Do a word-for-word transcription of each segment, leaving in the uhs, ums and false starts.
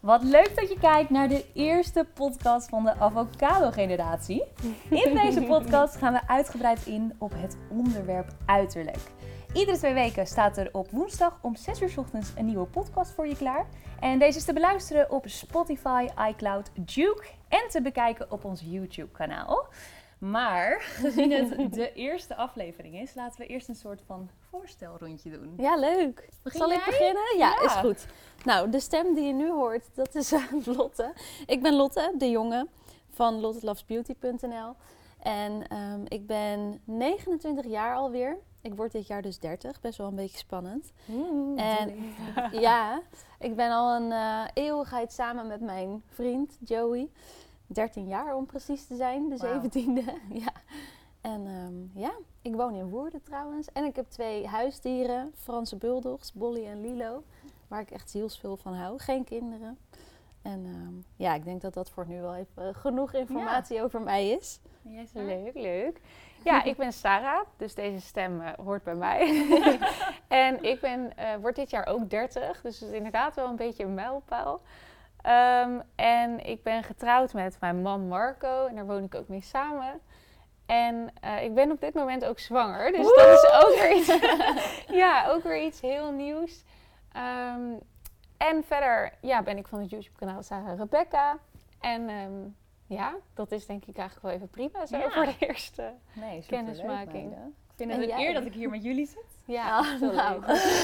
Wat leuk dat je kijkt naar de eerste podcast van de avocado-generatie. In deze podcast gaan we uitgebreid in op het onderwerp uiterlijk. Iedere twee weken staat er op woensdag om zes uur 's ochtends een nieuwe podcast voor je klaar. En deze is te beluisteren op Spotify, iCloud, Juke en te bekijken op ons YouTube-kanaal. Maar gezien het de eerste aflevering is, laten we eerst een soort van voorstelrondje doen. Ja, leuk. Begin Zal jij? ik beginnen? Ja, Ja. is goed. Nou, de stem die je nu hoort, dat is uh, Lotte. Ik ben Lotte, de jonge, van lotte loves beauty punt n l. En um, ik ben negenentwintig jaar alweer. Ik word dit jaar dus dertig, best wel een beetje spannend. Mm, En ja, ik ben al een uh, eeuwigheid samen met mijn vriend Joey. dertien jaar om precies te zijn, de Wauw. zeventiende. Ja. En um, ja, ik woon in Woerden trouwens. En ik heb twee huisdieren, Franse bulldogs, Bolly en Lilo. Waar ik echt zielsveel van hou. Geen kinderen. En um, ja, ik denk dat dat voor nu wel even genoeg informatie ja. over mij is. Yes, Leuk, leuk. Ja, ik ben Sarah, dus deze stem uh, hoort bij mij. En ik ben, uh, word dit jaar ook dertig, dus het is inderdaad wel een beetje een mijlpaal. Um, en ik ben getrouwd met mijn man Marco en daar woon ik ook mee samen. En uh, ik ben op dit moment ook zwanger, dus Woe! dat is ook weer iets, ja, ook weer iets heel nieuws. Um, en verder ja, ben ik van het YouTube-kanaal Sarah Rebecca. En um, ja, dat is denk ik eigenlijk wel even prima zo ja. voor de eerste nee, kennismaking. Leuk, ik vind het een eer dat ik hier met jullie zit. Ja, oh, zo nou.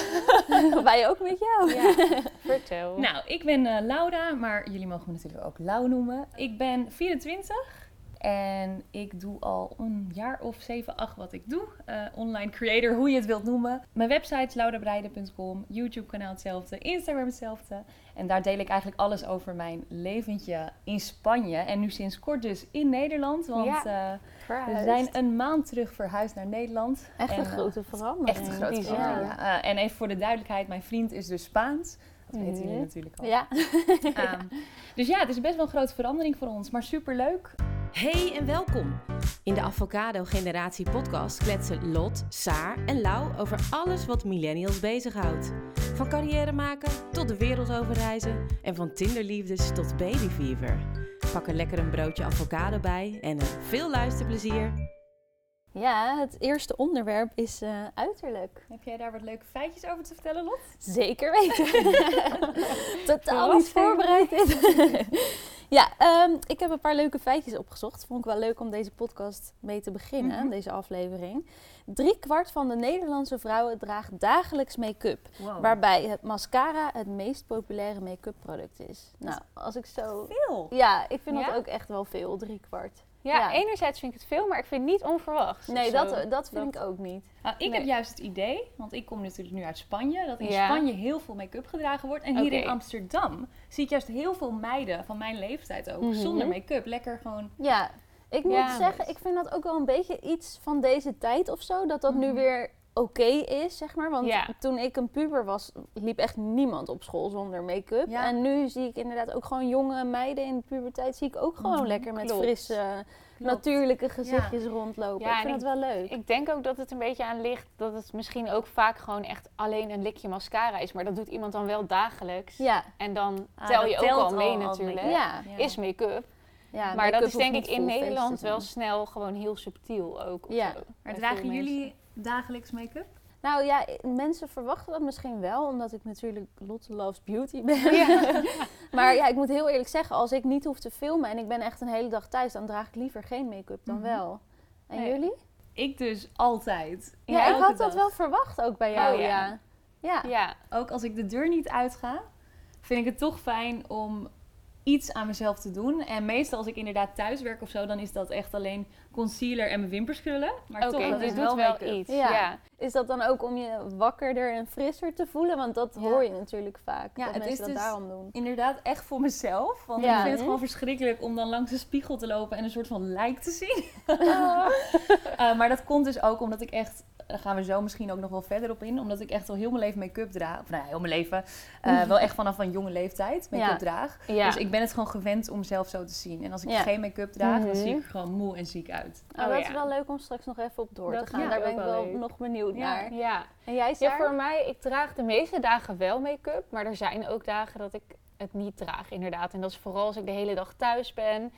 leuk. Wij ook met jou. Ja, vertel. Nou, ik ben uh, Laura, maar jullie mogen me natuurlijk ook Lau noemen. Ik ben vierentwintig en ik doe al een jaar of zeven, acht wat ik doe. Uh, online creator, hoe je het wilt noemen. Mijn website is laurabreide punt com, YouTube kanaal hetzelfde, Instagram hetzelfde. En daar deel ik eigenlijk alles over mijn leventje in Spanje. En nu sinds kort dus in Nederland, want Ja, uh, we zijn een maand terug verhuisd naar Nederland. Echt en, een grote uh, verandering. Echt een grote Bizar. verandering, ja. Uh, en even voor de duidelijkheid, mijn vriend is dus Spaans. Dat weten Mm-hmm. jullie natuurlijk al. Ja. Um, dus ja, het is best wel een grote verandering voor ons, maar superleuk. Hey en welkom! In de Avocado Generatie podcast kletsen Lot, Saar en Lau over alles wat millennials bezighoudt. Van carrière maken tot de wereld overreizen en van Tinderliefdes tot babyfever. Pak er lekker een broodje avocado bij en uh, veel luisterplezier! Ja, het eerste onderwerp is uh, uiterlijk. Heb jij daar wat leuke feitjes over te vertellen, Lot? Zeker weten. Totaal niet voorbereid dit. Ja, um, ik heb een paar leuke feitjes opgezocht. Vond ik wel leuk om deze podcast mee te beginnen, mm-hmm. deze aflevering. Drie kwart van de Nederlandse vrouwen draagt dagelijks make-up. Wow. Waarbij het mascara het meest populaire make-up product is. Nou, als ik zo... Veel! Ja, ik vind ja? dat ook echt wel veel, drie kwart. Ja, ja, enerzijds vind ik het veel, maar ik vind het niet onverwacht. Nee, dat, dat vind dat... ik ook niet. Nou, ik nee. heb juist het idee, want ik kom natuurlijk nu uit Spanje, dat in ja. Spanje heel veel make-up gedragen wordt. En hier okay. in Amsterdam zie ik juist heel veel meiden van mijn leeftijd ook, mm-hmm. zonder make-up. Lekker gewoon... Ja, ik moet ja, zeggen, ik vind dat ook wel een beetje iets van deze tijd of zo. Dat dat mm-hmm. nu weer oké okay is, zeg maar. Want ja. toen ik een puber was, liep echt niemand op school zonder make-up. Ja. En nu zie ik inderdaad ook gewoon jonge meiden in de puberteit, zie ik ook gewoon mm-hmm. lekker met Klopt. frisse, Klopt. natuurlijke gezichtjes ja. rondlopen. Ja, ik vind ik, dat wel leuk. Ik denk ook dat het een beetje aan ligt dat het misschien ook vaak gewoon echt alleen een likje mascara is. Maar dat doet iemand dan wel dagelijks. Ja. En dan ah, tel je ook al mee al natuurlijk. Al ja. Is make-up. Ja, maar dat is denk ik in Nederland Nederland wel snel gewoon heel subtiel ook. Ja. Zo, maar dragen jullie dagelijks make-up? Nou ja, mensen verwachten dat misschien wel, omdat ik natuurlijk Lotte Loves Beauty ben. Ja. Maar ja, ik moet heel eerlijk zeggen, als ik niet hoef te filmen en ik ben echt een hele dag thuis, dan draag ik liever geen make-up dan mm-hmm. wel. En nee. jullie? Ik dus altijd. Ja, ja ik had dag. dat wel verwacht ook bij jou, oh, ja. Ja. Ja. ja. Ook als ik de deur niet uitga, vind ik het toch fijn om iets aan mezelf te doen. En meestal als ik inderdaad thuis werk of zo, dan is dat echt alleen concealer en mijn wimpers krullen. Maar okay, toch, dat dus is doet wel, wel make-up. iets. Ja. Ja. Is dat dan ook om je wakkerder en frisser te voelen? Want dat ja. hoor je natuurlijk vaak, ja, dat het mensen is dat dus daarom doen. Inderdaad echt voor mezelf. Want ja. ik vind het gewoon verschrikkelijk om dan langs de spiegel te lopen en een soort van lijk te zien. uh, maar dat komt dus ook omdat ik echt... Daar gaan we zo misschien ook nog wel verder op in. Omdat ik echt al heel mijn leven make-up draag. Of nou ja, heel mijn leven. Uh, wel echt vanaf een jonge leeftijd make-up ja. draag. Ja. Dus ik ben het gewoon gewend om mezelf zo te zien. En als ik ja. geen make-up draag, mm-hmm. dan zie ik er gewoon moe en ziek uit. Oh, oh, dat ja. is wel leuk om straks nog even op door dat te gaan. Ja, daar ben ik wel leuk. nog benieuwd ja. naar. Ja. En jij, Saar? Ja, voor mij, ik draag de meeste dagen wel make-up. Maar er zijn ook dagen dat ik het niet draag, inderdaad. En dat is vooral als ik de hele dag thuis ben.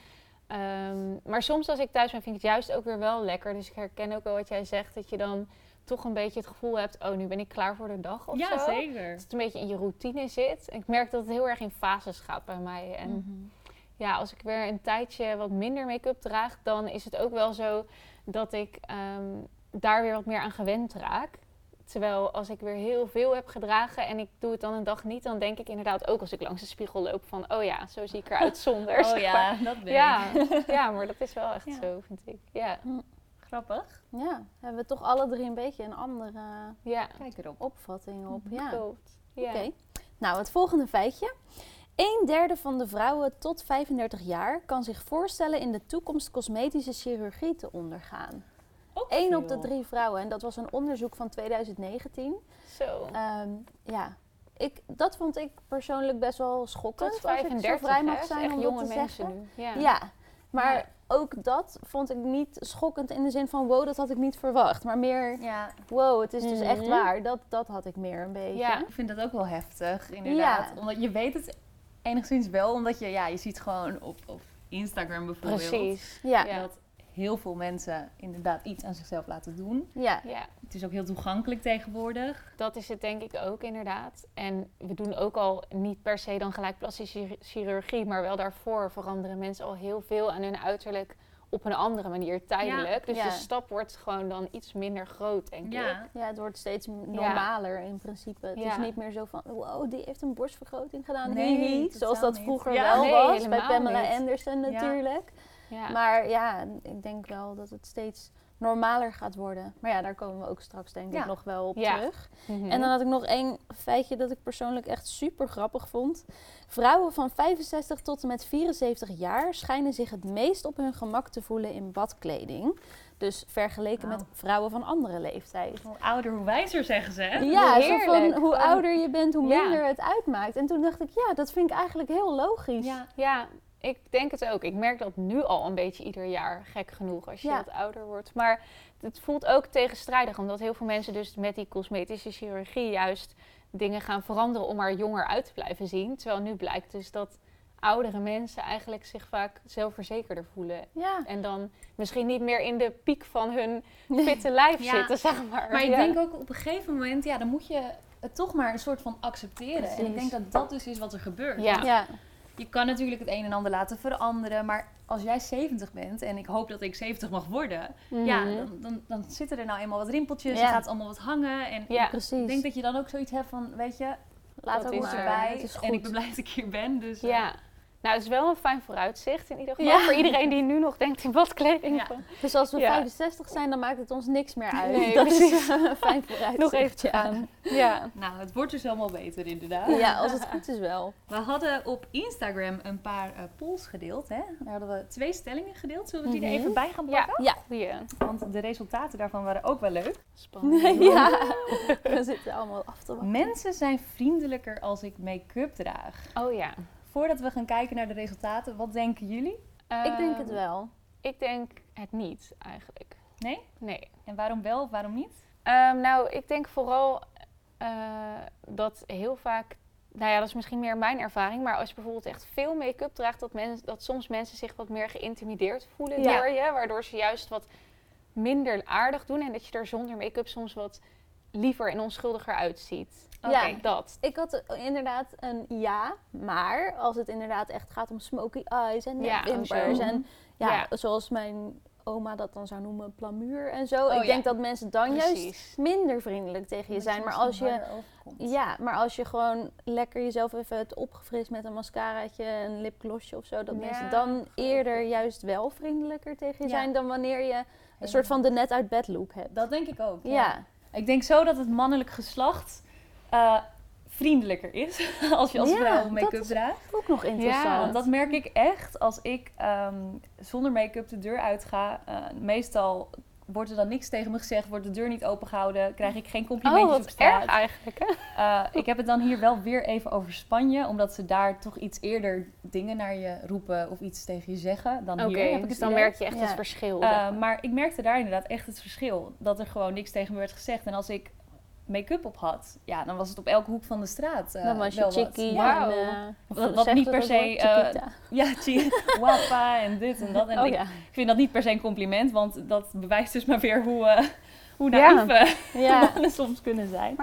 Um, maar soms als ik thuis ben, vind ik het juist ook weer wel lekker. Dus ik herken ook wel wat jij zegt, dat je dan toch een beetje het gevoel hebt, oh, nu ben ik klaar voor de dag of Ja, zo. zeker. Dat het een beetje in je routine zit. En ik merk dat het heel erg in fases gaat bij mij. En Mm-hmm. ja, als ik weer een tijdje wat minder make-up draag, dan is het ook wel zo dat ik um, daar weer wat meer aan gewend raak. Terwijl als ik weer heel veel heb gedragen en ik doe het dan een dag niet, dan denk ik inderdaad ook als ik langs de spiegel loop van, oh ja, zo zie ik eruit zonder. Oh zeg ja, maar. dat ben Ja, ik. ja, maar dat is wel echt Ja. zo, vind ik. Ja, Grappig. Ja, hebben we toch alle drie een beetje een andere ja, Kijk erop. opvatting op. Ja. klopt. Ja. Oké. Nou, het volgende feitje. Een derde van de vrouwen tot vijfendertig jaar kan zich voorstellen in de toekomst cosmetische chirurgie te ondergaan. Ook Eén op de veel. drie vrouwen. En dat was een onderzoek van twintig negentien. Zo. Ehm, ja, ik, dat vond ik persoonlijk best wel schokkend. Tot als ik vijfendertig, zo vrij hè? mag Dat is zijn echt om jonge dat te mensen zeggen. nu. Ja. Ja, maar Ja. ook dat vond ik niet schokkend in de zin van wow, dat had ik niet verwacht. Maar meer Ja, wow, het is dus echt Mhm. waar. Dat, dat had ik meer een beetje. Ja. ik vind dat ook wel heftig, inderdaad. Ja. Omdat je weet het enigszins wel, omdat je, ja, je ziet gewoon op, op Instagram bijvoorbeeld Precies. Ja, Ja. dat heel veel mensen inderdaad iets aan zichzelf laten doen. ja. Ja, Het is ook heel toegankelijk tegenwoordig. dat is het denk ik ook inderdaad. En we doen ook al niet per se dan gelijk plastische chir- chirurgie, maar wel daarvoor veranderen mensen al heel veel aan hun uiterlijk op een andere manier tijdelijk. Dus Ja. de stap wordt gewoon dan iets minder groot, denk ik. Ja, Ja, het wordt steeds normaler in principe. Het Ja. is niet meer zo van, wow, die heeft een borstvergroting gedaan. Nee, Hihi. totaal Zoals dat niet. vroeger Ja. wel Nee, was, bij helemaal Pamela niet. Anderson Ja. natuurlijk. Ja. Maar ja, ik denk wel dat het steeds normaler gaat worden. Maar ja, daar komen we ook straks denk ik Ja. nog wel op Ja. terug. Mhm. En dan had ik nog één feitje dat ik persoonlijk echt super grappig vond. Vrouwen van vijfenzestig tot en met vierenzeventig jaar schijnen zich het meest op hun gemak te voelen in badkleding. Dus vergeleken Wauw. met vrouwen van andere leeftijd. hoe ouder, hoe wijzer zeggen ze, hè? Ja, zo van Heerlijk. hoe Gewoon- ouder je bent, hoe Ja. minder het uitmaakt. En toen dacht ik, ja, dat vind ik eigenlijk heel logisch. Ja, Ja, ik denk het ook. Ik merk dat nu al een beetje ieder jaar, gek genoeg, als je Ja. wat ouder wordt. Maar het voelt ook tegenstrijdig, omdat heel veel mensen dus met die cosmetische chirurgie juist dingen gaan veranderen om er jonger uit te blijven zien. Terwijl nu blijkt dus dat oudere mensen eigenlijk zich vaak zelfverzekerder voelen. Ja. En dan misschien niet meer in de piek van hun fitte lijf Ja. zitten, zeg maar. maar ik Ja. denk ook op een gegeven moment, ja, dan moet je het toch maar een soort van accepteren. En ik Precies. denk dat dat dus is wat er gebeurt. Ja. Want Ja. je kan natuurlijk het een en ander laten veranderen, maar als jij zeventig bent en ik hoop dat ik zeventig mag worden, Mhm. ja, dan, dan, dan zitten er nou eenmaal wat rimpeltjes, Ja. dan gaat het allemaal wat hangen. En Ja. Precies. ik denk dat je dan ook zoiets hebt van, weet je, Laat dat ook is maar. erbij Het is en ik goed. ben blij dat ik hier ben. Dus, eh, Ja. Nou, het is wel een fijn vooruitzicht in ieder geval. Ja. Voor iedereen die nu nog denkt in badkleding. Ja. van, Dus als we Ja. vijfenzestig zijn, dan maakt het ons niks meer uit. Nee, dat precies. is een fijn vooruitzicht. Nog eventjes ja. aan. Ja. Nou, het wordt dus allemaal beter inderdaad. Ja, als het goed is wel. We hadden op Instagram een paar eh, polls gedeeld. Hè? Daar hadden we twee stellingen gedeeld. Zullen we die Mhm. er even bij gaan Ja. pakken? Ja. Goeie. Want de resultaten daarvan waren ook wel leuk. Spannend. ja. We zitten allemaal af te wachten. Mensen zijn vriendelijker als ik make-up draag. Oh ja. Voordat we gaan kijken naar de resultaten, wat denken jullie? Ik denk het Ehm, wel. Ik denk het niet, eigenlijk. Nee? Nee. En waarom wel of waarom niet? Ehm, nou, ik denk vooral eh, dat heel vaak... Nou ja, dat is misschien meer mijn ervaring. Maar als je bijvoorbeeld echt veel make-up draagt... Dat, mens, dat soms mensen zich wat meer geïntimideerd voelen Ja. door je. Waardoor ze juist wat minder aardig doen. En dat je er zonder make-up soms wat liever en onschuldiger uitziet. Ja. Oké, dat. Ik had inderdaad een ja, maar als het inderdaad echt gaat om smoky eyes en Ja, wimpers zo. en ja, Ja. zoals mijn oma dat dan zou noemen, plamuur en zo. Oh, ik ja. denk dat mensen dan juist Precies. minder vriendelijk tegen je zijn. Maar als je, ja, maar als je gewoon lekker jezelf even het opgefrist met een mascaraatje, een lipglossje of zo, dat Ja, mensen dan eerder juist wel vriendelijker tegen je Ja. zijn dan wanneer je een soort van de net uit bed look hebt. Dat denk ik ook. Ja, Ik denk zo dat het mannelijk geslacht eh, vriendelijker is als je als Ja, vrouw dat make-up is- draagt. ook nog interessant. Ja, Want dat merk ik echt als ik ehm, zonder make-up de deur uitga. Uh, meestal wordt er dan niks tegen me gezegd, wordt de deur niet opengehouden, krijg ik geen Oh, complimentjes op wat straat. erg eigenlijk, hè? Uh, ik heb het dan hier wel weer even over Spanje, omdat ze daar toch iets eerder dingen naar je roepen of iets tegen je zeggen dan Oké, hier. Heb ik dus het dan idee. merk je echt Ja. het verschil. Uh, zeg maar. maar ik merkte daar inderdaad echt het verschil. Dat er gewoon niks tegen me werd gezegd. En als ik make-up op had, ja, dan was het op elke hoek van de straat. Uh, dan was je wel chickie. wat. Wauw. En, uh, Wat, wat niet per se... Uh, ja, chi- wappa en dit en dat. En oh, ik, ja. ik vind dat niet per se een compliment, want dat bewijst dus maar weer hoe, uh, hoe naïef uh, ja. mannen soms kunnen zijn.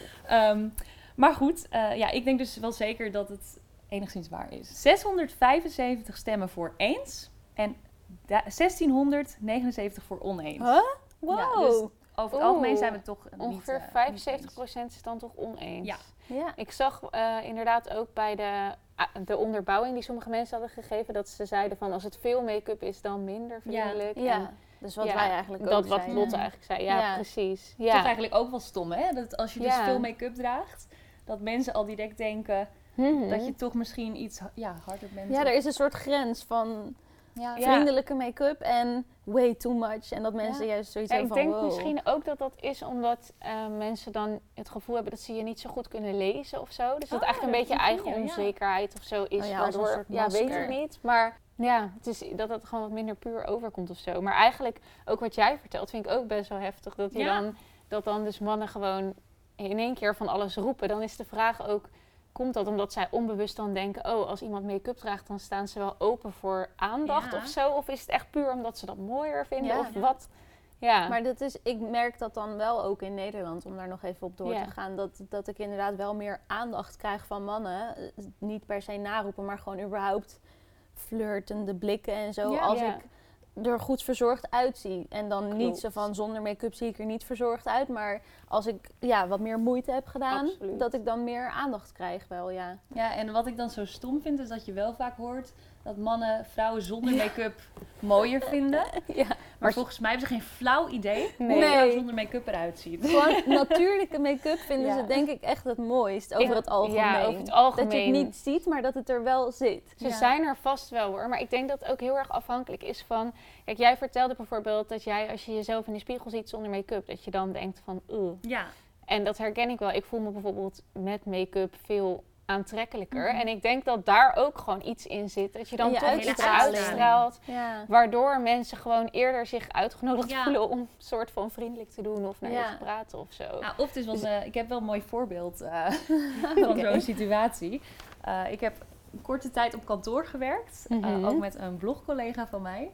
Um, maar goed, uh, ja, ik denk dus wel zeker dat het enigszins waar is. zeshonderdvijfenzeventig stemmen voor eens en da- zestienhonderdnegenenzeventig voor oneens. Huh? Wow. Ja, dus over het Oeh, algemeen zijn we het toch Ongeveer niet, uh, vijfenzeventig niet procent is dan toch oneens. Ja. Ja. Ik zag uh, inderdaad ook bij de, uh, de onderbouwing die sommige mensen hadden gegeven, dat ze zeiden van als het veel make-up is, dan minder vriendelijk. Ja, En dus wat ja, wij eigenlijk ook dat wat zeiden. Lotte eigenlijk zei. Ja, Ja. precies. eens. Ja. Toch eigenlijk ook wel stom, hè? Dat als je dus Ja. veel make-up draagt, dat mensen al direct denken Mhm. dat je toch misschien iets ja, harder bent. Ja, of- er is een soort grens van ja, Ja. vriendelijke make-up en way too much. En dat mensen Ja. juist zoiets Ja, hebben ik van denk wow. misschien ook dat dat is omdat uh, mensen dan het gevoel hebben dat ze je niet zo goed kunnen lezen of zo. Dus dat Oh, eigenlijk een dat beetje is een eigen goeie, ja. onzekerheid of zo is. Oh ja, als een waardoor, soort ja, weet masker. ik niet. Maar ja, het is dat het gewoon wat minder puur overkomt of zo. Maar eigenlijk, ook wat jij vertelt, vind ik ook best wel heftig. Dat, je Ja. dan, dat dan dus mannen gewoon in één keer van alles roepen. Dan is de vraag ook, komt dat omdat zij onbewust dan denken, oh, als iemand make-up draagt, dan staan ze wel open voor aandacht Ja. of zo? Of is het echt puur omdat ze dat mooier vinden? Ja. Of wat? Ja. Maar dat is, ik merk dat dan wel ook in Nederland, om daar nog even op door Ja. te gaan. Dat, dat ik inderdaad wel meer aandacht krijg van mannen. Eh, Niet per se naroepen, maar gewoon überhaupt flirtende blikken en zo. Ja. als Ja. ik er goed verzorgd uitzie. En dan niet Klopt. zo van zonder make-up zie ik er niet verzorgd uit. Maar als ik ja, wat meer moeite heb gedaan, Absoluut. dat ik dan meer aandacht krijg wel, ja. Ja, en wat ik dan zo stom vind, is dat je wel vaak hoort dat mannen vrouwen zonder make-up mooier vinden. ja. Maar volgens mij hebben ze geen flauw idee hoe Nee. een vrouw Nee. zonder make-up eruit ziet. Gewoon natuurlijke make-up vinden Ja. ze denk ik echt het mooist over Ja, het algemeen. Ja, over het Dat algemeen. je het niet ziet, maar dat het er wel zit. Ze Ja. zijn er vast wel hoor, maar ik denk dat het ook heel erg afhankelijk is van... Kijk, jij vertelde bijvoorbeeld dat jij als je jezelf in de spiegel ziet zonder make-up, dat je dan denkt van ugh. Ja, En dat herken ik wel. Ik voel me bijvoorbeeld met make-up veel aantrekkelijker. Mhm. En ik denk dat daar ook gewoon iets in zit. Dat je dan In je toch iets uitstraling. uitstraalt, Ja. waardoor mensen gewoon eerder zich uitgenodigd Ja. voelen om een soort van vriendelijk te doen of naar Ja. je te praten of zo. nou, of het is wat, uh, ik heb wel een mooi voorbeeld uh, van Oké. zo'n situatie. Uh, ik heb een korte tijd op kantoor gewerkt, uh, Mhm. ook met een blogcollega van mij.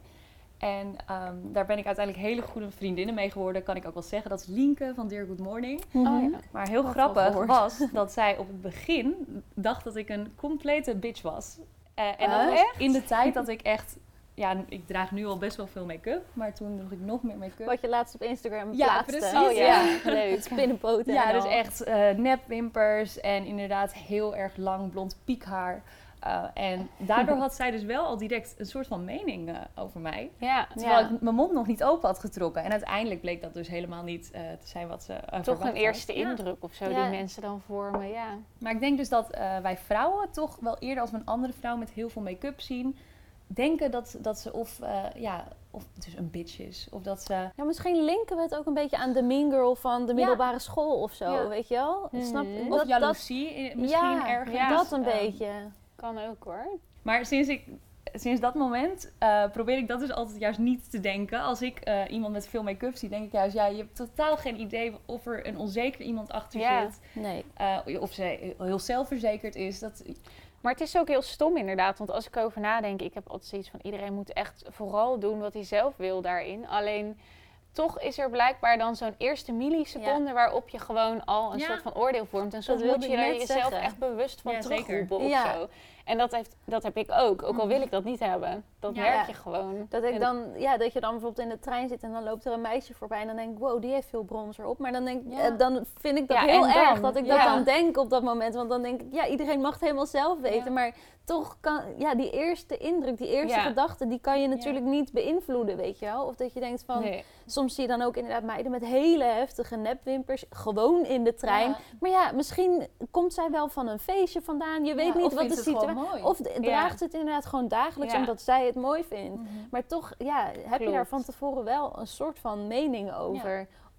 En um, daar ben ik uiteindelijk hele goede vriendinnen mee geworden, kan ik ook wel zeggen. Dat is Lienke van Dear Good Morning. Mhm. Oh ja. Maar heel Wat grappig wel gehoord. was dat zij op het begin dacht dat ik een complete bitch was. Uh, en dat Huh? was Echt? in de tijd dat ik echt... Ja, ik draag nu al best wel veel make-up, maar toen droeg ik nog meer make-up. Wat je laatst op Instagram Ja, plaatste. precies. Oh ja, Ja. leuk. Spinnenpoten Ja, en dus al. echt uh, nepwimpers en inderdaad heel erg lang blond piekhaar. Uh, en daardoor had zij dus wel al direct een soort van mening uh, over mij. Ja, Terwijl Ja. ik mijn mond nog niet open had getrokken. En uiteindelijk bleek dat dus helemaal niet uh, te zijn wat ze uh, toch verwacht een eerste had. Ja. indruk of zo Ja. die mensen dan vormen, ja. Maar ik denk dus dat uh, wij vrouwen toch wel eerder als we een andere vrouw met heel veel make-up zien, denken dat, dat ze of, uh, ja, of het dus een bitch is. Of dat ze... Ja, misschien linken we het ook een beetje aan de mean girl van de middelbare school of zo, Ja. weet je wel? Mhm. Snap, Of Of dat, dat, jaloezie eh, misschien ja, ergens. ja. dat een Uh, beetje. Kan ook hoor. Maar sinds, ik, sinds dat moment uh, probeer ik dat dus altijd juist niet te denken. Als ik uh, iemand met veel make-up zie, denk ik juist... ja, je hebt totaal geen idee of er een onzeker iemand achter Ja. zit. Nee. Uh, of ze heel zelfverzekerd is. Dat, Maar het is ook heel stom inderdaad, want als ik erover nadenk, ik heb altijd zoiets van iedereen moet echt vooral doen wat hij zelf wil daarin. Alleen toch is er blijkbaar dan zo'n eerste milliseconde waarop je gewoon al een Ja. soort van oordeel vormt. En soms wilde moet je ik daar net jezelf zeggen. echt bewust van Ja, zeker. terugroepen of Ja. zo. En dat, heeft, dat heb ik ook, ook al wil ik dat niet hebben. Dat Ja. merk je gewoon. Dat, ik En- dan, ja, dat je dan bijvoorbeeld in de trein zit en dan loopt er een meisje voorbij en dan denk ik, wow, die heeft veel bronzer op. Maar dan, denk, Ja. eh, dan vind ik dat Ja, heel en erg dan? dat ik Ja. dat dan denk op dat moment. Want dan denk ik, ja, iedereen mag het helemaal zelf weten. Ja. Maar toch kan, ja, die eerste indruk, die eerste Ja. gedachte, die kan je natuurlijk niet beïnvloeden, weet je wel. Of dat je denkt van, Nee. soms zie je dan ook inderdaad meiden met hele heftige nepwimpers, gewoon in de trein. Ja. Maar ja, misschien komt zij wel van een feestje vandaan. Je weet Ja, niet of wat vindt de ze het gewoon situatie. mooi. Of de- draagt ze het inderdaad gewoon dagelijks Ja. omdat zij het mooi vindt. Mhm. Maar toch, ja, heb je Klopt. daar van tevoren wel een soort van mening over.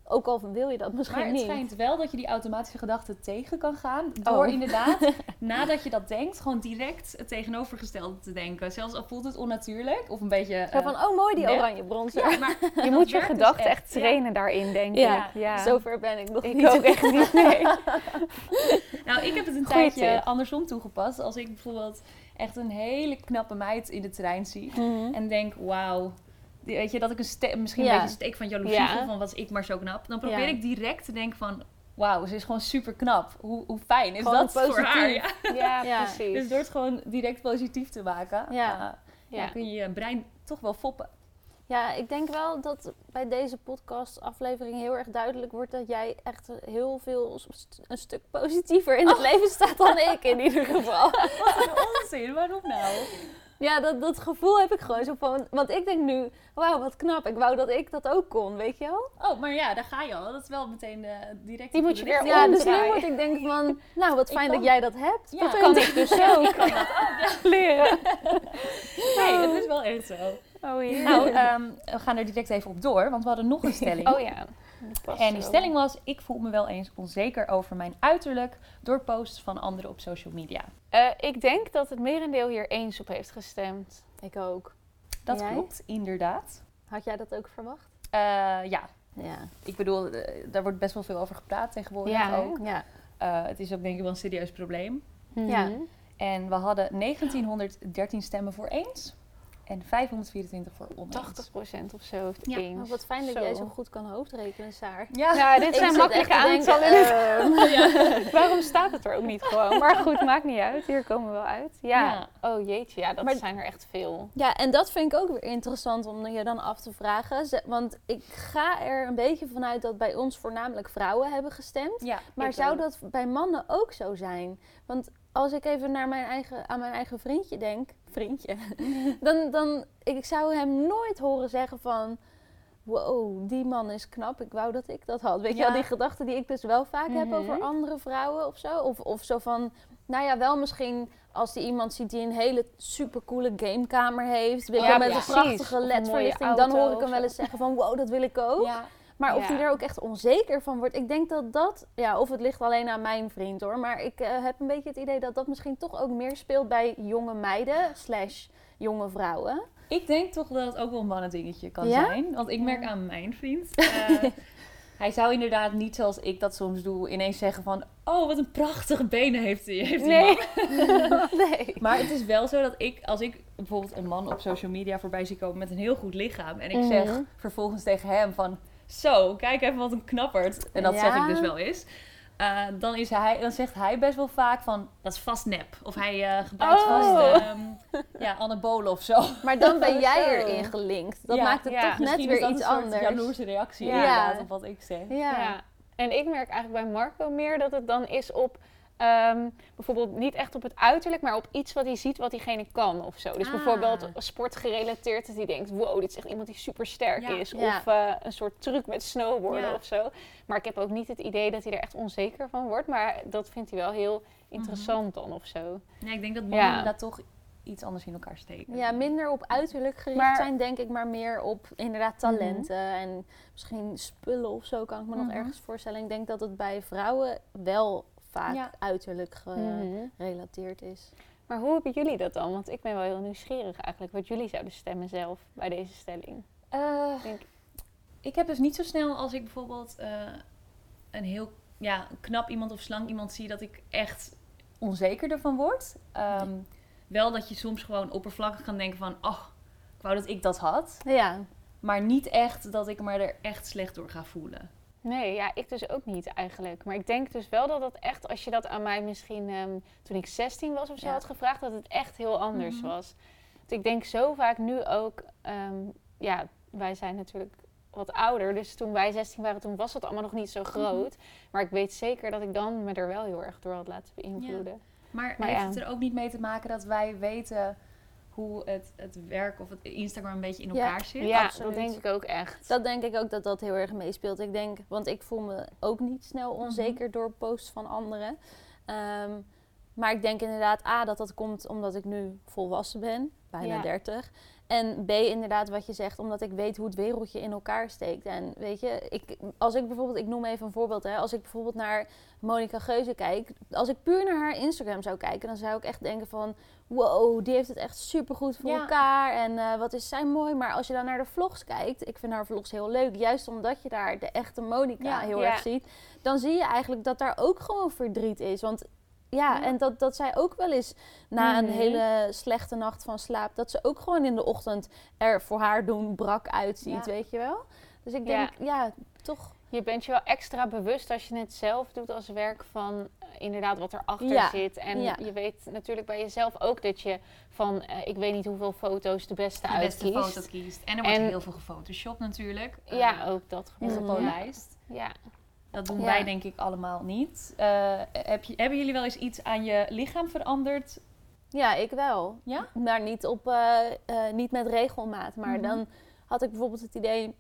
Ook al wil je dat misschien Maar het niet. schijnt wel dat je die automatische gedachten tegen kan gaan. Door Oh. inderdaad, nadat je dat denkt, gewoon direct het tegenovergestelde te denken. Zelfs al voelt het onnatuurlijk of een beetje... Zo eh, van, oh mooi die nep. oranje bronzer. Ja, maar Je moet je werkt dus gedachten echt, echt trainen daarin, denk Ja, ik. Ja, Zover ben ik nog ik niet. ook echt niet, nee. Nou, ik heb het een Goeie tijdje tip. andersom toegepast. Als ik bijvoorbeeld echt een hele knappe meid in de trein zie. Mhm. En denk, wauw. die- Weet je, dat ik een ste- misschien Ja. een beetje een steek van jaloezie Ja. voel. Van, wat is ik maar zo knap. Dan probeer Ja. ik direct te denken van... Wauw, ze is gewoon super knap. Hoe, hoe fijn is Gewoon dat voor positief. haar? Ja. Ja, Ja. precies. Dus door het gewoon direct positief te maken... Ja. eh, ja, Ja. kun je je brein toch wel foppen. Ja, ik denk wel dat bij deze podcast aflevering heel erg duidelijk wordt dat jij echt heel veel, st- een stuk positiever in het leven staat dan ik in ieder geval. Wat een onzin, waarom nou? Ja, dat, dat gevoel heb ik gewoon zo van, want ik denk nu, wauw wat knap, ik wou dat ik dat ook kon, weet je wel? Oh, maar ja, daar ga je al. Dat is wel meteen eh, direct... Die de moet je goede weer Ja, richting. dus nu omdraaien. word ik denk van, nou wat Ik fijn kan- dat jij dat hebt. Ja. Dat Dat kan ik dus ook. kan dat ook, ja. leren. Nee, dat is wel echt zo. Oh ja. Nou, ehm, we gaan er direct even op door, want we hadden nog een stelling. Oh ja. Dat past En die zo. stelling was, ik voel me wel eens onzeker over mijn uiterlijk door posts van anderen op social media. Eh, ik denk dat het merendeel hier eens op heeft gestemd. Ik ook. Dat Jij? klopt, inderdaad. Had jij dat ook verwacht? Eh, ja, Ja. ik bedoel, eh, daar wordt best wel veel over gepraat tegenwoordig Ja, hè? ook. Ja. Eh, het is ook denk ik wel een serieus probleem. Ja. Mhm. En we hadden negentienhonderddertien stemmen voor eens en vijfhonderdvierentwintig voor oneens. tachtig procent of zo heeft Ja. eens. Oh, wat fijn dat jij zo goed kan hoofdrekenen, Saar. Ja, Ja, dit Ik zijn zit makkelijke echt te aantallen. denken, ehm, Waarom staat het er ook niet gewoon? Maar goed, maakt niet uit. Hier komen we wel uit. Ja. Oh jeetje, ja, dat Maar- zijn er echt veel. Ja, en dat vind ik ook weer interessant om je dan af te vragen. Ze- Want ik ga er een beetje vanuit dat bij ons voornamelijk vrouwen hebben gestemd. ja. Maar Ik zou ook. dat bij mannen ook zo zijn? Want als ik even naar mijn eigen, aan mijn eigen vriendje denk, vriendje, dan, dan ik zou hem nooit horen zeggen van, wow, die man is knap, ik wou dat ik dat had. Weet je Ja. wel, die gedachten die ik dus wel vaak heb Mhm. over andere vrouwen of zo. Of, of zo van, nou ja, wel misschien als die iemand ziet die een hele supercoole gamekamer heeft, weet je Ja, wel, met precies. een prachtige Of een L E D-verlichting, mooie dan hoor auto ik hem of wel zo. eens zeggen van, wow, dat wil ik ook. Ja. Maar of Ja. die er ook echt onzeker van wordt, ik denk dat dat, ja, of het ligt alleen aan mijn vriend hoor, maar ik eh, heb een beetje het idee dat dat misschien toch ook meer speelt bij jonge meiden slash jonge vrouwen. Ik denk toch dat het ook wel een mannendingetje kan Ja? zijn. Want ik merk aan mijn vriend. eh, hij zou inderdaad niet zoals ik dat soms doe, ineens zeggen van... Oh, wat een prachtige benen heeft hij. Heeft die Nee. man. Nee. Maar het is wel zo dat ik, als ik bijvoorbeeld een man op social media voorbij zie komen met een heel goed lichaam. En ik Mhm. zeg vervolgens tegen hem van... Zo, kijk even wat een knappert. En dat Ja. zeg ik dus wel eens. Eh, dan, is hij, dan zegt hij best wel vaak van, dat is vast nep. Of hij eh gebruikt Oh. vast ehm, ja, anabolen of zo. Maar dan ben jij Zo. erin gelinkt. Dat Ja, maakt het ja. toch net Misschien weer is dat iets een soort anders. jaloerse reactie Ja. inderdaad op wat ik zeg. Ja. Ja. En ik merk eigenlijk bij Marco meer dat het dan is op... ehm, bijvoorbeeld niet echt op het uiterlijk, maar op iets wat hij ziet wat diegene kan of zo. Dus Ah. bijvoorbeeld sportgerelateerd, dat hij denkt, wow, dit is echt iemand die super sterk Ja. is. Ja. Of eh, een soort truc met snowboarden Ja. of zo. Maar ik heb ook niet het idee dat hij er echt onzeker van wordt. Maar dat vindt hij wel heel interessant dan of zo. Nee, ik denk dat mannen Ja. inderdaad toch iets anders in elkaar steken. Ja, minder op uiterlijk gericht Maar- zijn, denk ik, maar meer op inderdaad talenten en misschien spullen of zo kan ik me Mhm. nog ergens voorstellen. Ik denk dat het bij vrouwen wel vaak Ja. uiterlijk Mhm. gerelateerd is. Maar hoe hebben jullie dat dan? Want ik ben wel heel nieuwsgierig eigenlijk wat jullie zouden stemmen zelf bij deze stelling. Eh, Denk- ik heb dus niet zo snel als ik bijvoorbeeld eh, een heel ja, knap iemand of slank iemand zie, dat ik echt onzeker ervan word. Ehm, Wel dat je soms gewoon oppervlakkig kan denken van, ach, ik wou dat ik dat had. Ja, Maar niet echt dat ik me er echt slecht door ga voelen. Nee, ja, ik dus ook niet eigenlijk. Maar ik denk dus wel dat dat echt, als je dat aan mij misschien ehm, toen ik zestien was of zo Ja. had gevraagd, dat het echt heel anders Mhm. was. Want ik denk zo vaak nu ook, ehm, ja, wij zijn natuurlijk wat ouder. Dus toen wij zestien waren, toen was het allemaal nog niet zo groot. Maar ik weet zeker dat ik dan me er wel heel erg door had laten beïnvloeden. Maar, Maar heeft ja. het er ook niet mee te maken dat wij weten hoe het, het werk of het Instagram een beetje in Ja. elkaar zit? Ja, absoluut. dat denk ik ook echt. dat denk ik ook dat dat heel erg meespeelt. Ik denk, want ik voel me ook niet snel onzeker door posts van anderen. Ehm, maar ik denk inderdaad, A, dat dat komt omdat ik nu volwassen ben, bijna Ja. dertig. En B, inderdaad wat je zegt, omdat ik weet hoe het wereldje in elkaar steekt. En weet je, ik, als ik bijvoorbeeld, ik noem even een voorbeeld, hè, als ik bijvoorbeeld naar Monica Geuze kijk, als ik puur naar haar Instagram zou kijken, dan zou ik echt denken van, wow, die heeft het echt supergoed voor Ja. elkaar en uh, wat is zij mooi. Maar als je dan naar de vlogs kijkt, ik vind haar vlogs heel leuk, juist omdat je daar de echte Monica Ja. heel Ja. erg ziet, dan zie je eigenlijk dat daar ook gewoon verdriet is. Want ja, Ja. en dat, dat zij ook wel eens na een Mhm. hele slechte nacht van slaap, dat ze ook gewoon in de ochtend er voor haar doen brak uitziet, Ja. weet je wel? Dus ik denk, ja, ja toch. Je bent je wel extra bewust als je het zelf doet als werk van uh, inderdaad wat erachter Ja. zit. En Ja. je weet natuurlijk bij jezelf ook dat je van, uh, ik weet niet hoeveel foto's de beste De beste uitkiest. foto kiest. En er wordt En- heel veel gefotoshopt natuurlijk. Ja, Uh, ook dat En gebeurt. Mhm. gepolijst. Ja. Dat doen Ja. wij denk ik allemaal niet. Uh, heb je, hebben jullie wel eens iets aan je lichaam veranderd? Ja, ik wel. Ja? Maar niet, op, uh, uh, niet met regelmaat. Maar Mhm. dan had ik bijvoorbeeld het idee,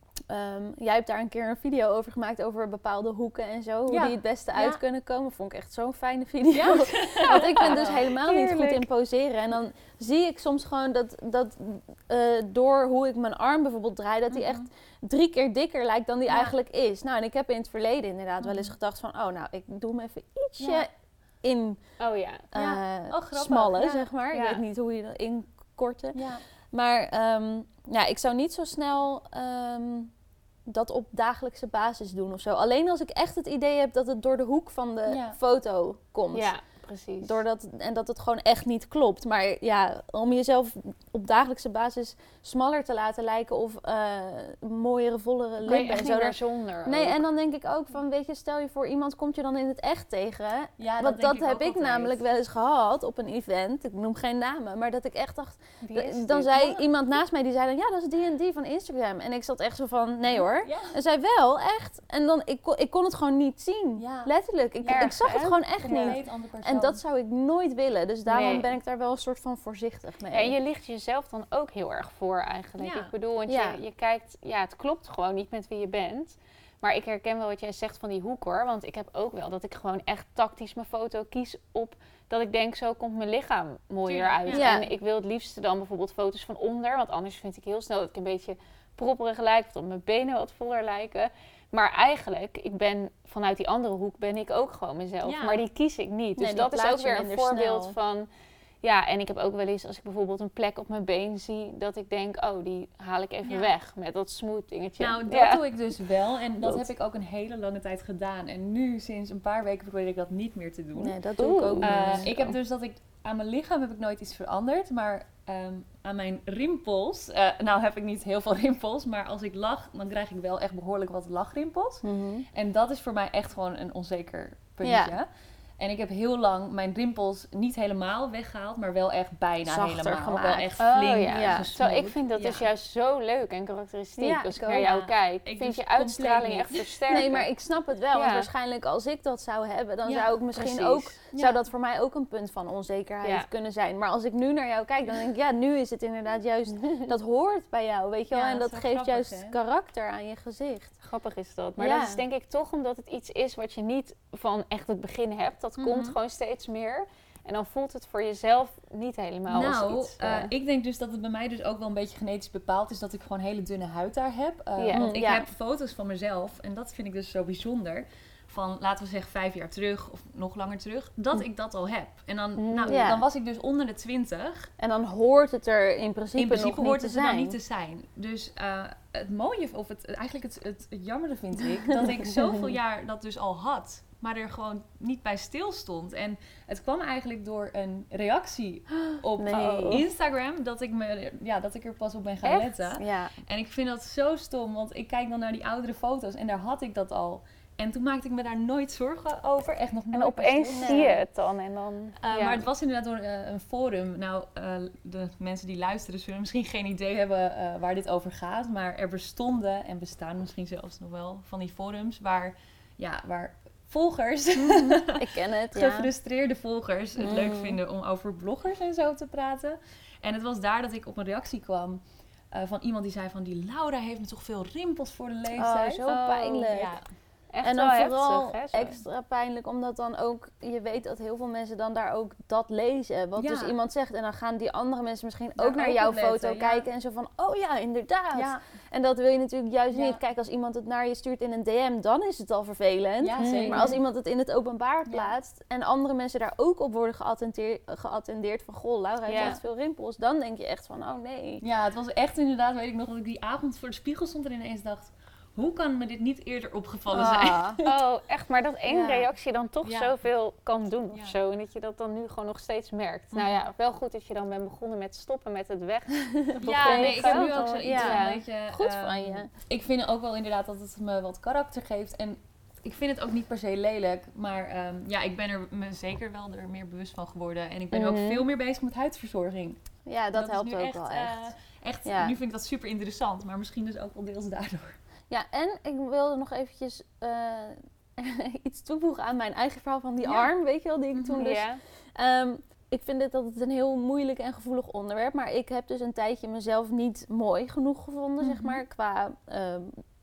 um, jij hebt daar een keer een video over gemaakt over bepaalde hoeken en zo. Hoe Ja. die het beste Ja. uit kunnen komen. Vond ik echt zo'n fijne video. Want ik ben dus helemaal niet goed Heerlijk. in poseren. En dan zie ik soms gewoon dat, dat uh, door hoe ik mijn arm bijvoorbeeld draai, dat die Mhm. echt drie keer dikker lijkt dan die Ja. eigenlijk is. Nou, en ik heb in het verleden inderdaad wel eens Mhm. gedacht van, oh nou, ik doe hem even ietsje Ja. in Oh ja. Ja. uh, Oh, grappig. smallen, Ja. zeg maar. Ja. Ik weet niet hoe je dat inkorten. Ja. Maar um, ja, ik zou niet zo snel um, dat op dagelijkse basis doen of zo. Alleen als ik echt het idee heb dat het door de hoek van de Ja. foto komt. Ja, precies. Doordat, en dat het gewoon echt niet klopt. Maar ja, om jezelf op dagelijkse basis smaller te laten lijken of uh, mooiere, vollere kan je lippen echt en niet zo. meer Dan- zonder. Nee, ook. en dan denk ik ook van, weet je, stel je voor, iemand komt je dan in het echt tegen. Ja, Want denk dat heb ook ik altijd. namelijk wel eens gehad op een event. Ik noem geen namen, maar dat ik echt dacht, Wie is D- dan dit? zei Ja. iemand naast mij, die zei dan, ja, dat is die en die van Instagram. En ik zat echt zo van, nee hoor. Ja. En zij wel, echt. En dan, ik, kon, ik kon het gewoon niet zien. Ja. Letterlijk. Ik, Erg, ik zag het hè? gewoon echt Een niet. compleet andere persoon. En dat zou ik nooit willen. Dus daarom Nee. ben ik daar wel een soort van voorzichtig mee. Ja, en je ligt jezelf dan ook heel erg voor eigenlijk. Ja. Ik bedoel, want Ja. je, je kijkt, ja, het klopt gewoon niet met wie je bent. Maar ik herken wel wat jij zegt van die hoek hoor. Want ik heb ook wel dat ik gewoon echt tactisch mijn foto kies op dat ik denk, zo komt mijn lichaam mooier Tuurlijk, uit. ja. En ik wil het liefste dan bijvoorbeeld foto's van onder. Want anders vind ik heel snel dat ik een beetje propperig lijk. Of dat mijn benen wat voller lijken. Maar eigenlijk, ik ben vanuit die andere hoek ben ik ook gewoon mezelf. Ja. Maar die kies ik niet. Dus Nee, die dat is plaats ook je weer een minder voorbeeld snel. van... Ja, en ik heb ook wel eens, als ik bijvoorbeeld een plek op mijn been zie, dat ik denk, oh, die haal ik even Ja. weg met dat smooth dingetje. Nou, dat Ja. doe ik dus wel. En dat, Dat. heb ik ook een hele lange tijd gedaan. En nu, sinds een paar weken, probeer ik dat niet meer te doen. Nee, dat doe ik Oeh. ook niet. Uh, niet. ik heb dus dat ik aan mijn lichaam heb ik nooit iets veranderd, maar um, aan mijn rimpels, uh, nou heb ik niet heel veel rimpels, maar als ik lach, dan krijg ik wel echt behoorlijk wat lachrimpels. Mhm. En dat is voor mij echt gewoon een onzeker puntje. Ja. En ik heb heel lang mijn rimpels niet helemaal weggehaald, maar wel echt bijna Zachter helemaal. gemaakt. Wel echt Oh, flink ja. Ja. gesmoord. Zo, ik vind dat Ja. dus juist zo leuk en karakteristiek. Ja, als ik ik naar ook. jou Ja. kijk. Ik Ik vind dus je uitstraling compleet echt niet. versterken. Nee, maar ik snap het wel. Want Ja. waarschijnlijk als ik dat zou hebben, dan Ja, zou ik misschien precies. ook... Ja. Zou dat voor mij ook een punt van onzekerheid Ja. kunnen zijn. Maar als ik nu naar jou kijk, dan denk ik, ja, nu is het inderdaad juist... Dat hoort bij jou, weet je wel. Ja, En dat dat is wel geeft grappig, juist hè? karakter aan je gezicht. Grappig is dat. Maar Ja. dat is denk ik toch omdat het iets is wat je niet van echt het begin hebt. Dat Mhm. komt gewoon steeds meer. En dan voelt het voor jezelf niet helemaal Nou, als iets... uh, eh, ik denk dus dat het bij mij dus ook wel een beetje genetisch bepaald is dat ik gewoon hele dunne huid daar heb. Uh, Ja. Want ik Ja. heb foto's van mezelf en dat vind ik dus zo bijzonder. Van, laten we zeggen, vijf jaar terug of nog langer terug, dat Hm. ik dat al heb. En dan, Mm, nou, ja. dan was ik dus onder de twintig. En dan hoort het er in principe, In principe nog hoort niet het te er zijn. dan niet te zijn. Dus uh, het mooie, of het, eigenlijk het, het, het jammere vind ik, dat ik zoveel jaar dat dus al had, maar er gewoon niet bij stil stond. En het kwam eigenlijk door een reactie op Nee. Instagram, dat ik, me, ja, dat ik er pas op ben gaan Echt? letten. Ja. En ik vind dat zo stom, want ik kijk dan naar die oudere foto's en daar had ik dat al. En toen maakte ik me daar nooit zorgen over, echt nog nooit. en bij opeens stil. zie je het dan. En dan Uh, ja. Maar het was inderdaad door uh, een forum. Nou, uh, de mensen die luisteren zullen misschien geen idee hebben uh, waar dit over gaat. Maar er bestonden en bestaan misschien zelfs nog wel van die forums waar, ja, waar volgers, Ik ken het, ja. gefrustreerde volgers, het Mm. leuk vinden om over bloggers en zo te praten. En het was daar dat ik op een reactie kwam uh, van iemand die zei van die Laura heeft me toch veel rimpels voor de leeftijd. Oh, zo pijnlijk. Ja. Echt en dan wel vooral heftig, hè, zo. extra pijnlijk, omdat dan ook, je weet dat heel veel mensen dan daar ook dat lezen. Wat Ja. dus iemand zegt. En dan gaan die andere mensen misschien Daar ook naar ook jouw op letten, foto ja. kijken. En zo van, oh ja, inderdaad. Ja, En dat wil je natuurlijk juist Ja. niet. Kijk, als iemand het naar je stuurt in een D M, dan is het al vervelend. ja Mm. zeker. Maar als iemand het in het openbaar Ja. plaatst en andere mensen daar ook op worden geattendeerd, geattendeerd van, goh, Laura heeft Ja. echt veel rimpels. Dan denk je echt van, oh nee. Ja, het was echt inderdaad, weet ik nog, dat ik die avond voor de spiegel stond en ineens dacht, hoe kan me dit niet eerder opgevallen zijn? Ah. Oh, echt, maar dat één Ja. reactie dan toch Ja. zoveel kan doen of Ja. zo. En dat je dat dan nu gewoon nog steeds merkt. Mhm. Nou ja, wel goed dat je dan bent begonnen met stoppen met het weg. Ja, nee, ik heb nu Foto, ook zoiets ja. van, weet je... Goed ehm, van je. Ik vind ook wel inderdaad dat het me wat karakter geeft. En ik vind het ook niet per se lelijk. Maar ehm, ja, ik ben er me zeker wel er meer bewust van geworden. En ik ben Mhm. ook veel meer bezig met huidverzorging. Ja, dat, is helpt nu ook echt, wel eh, echt. echt Ja. Nu vind ik dat super interessant. Maar misschien dus ook wel deels daardoor. Ja, en ik wilde nog eventjes eh, iets toevoegen aan mijn eigen verhaal van die Ja. arm, weet je wel, die ik toen dus... Ja. Ehm, ik vind dit altijd een heel moeilijk en gevoelig onderwerp, maar ik heb dus een tijdje mezelf niet mooi genoeg gevonden, zeg Mhm. maar, qua ehm,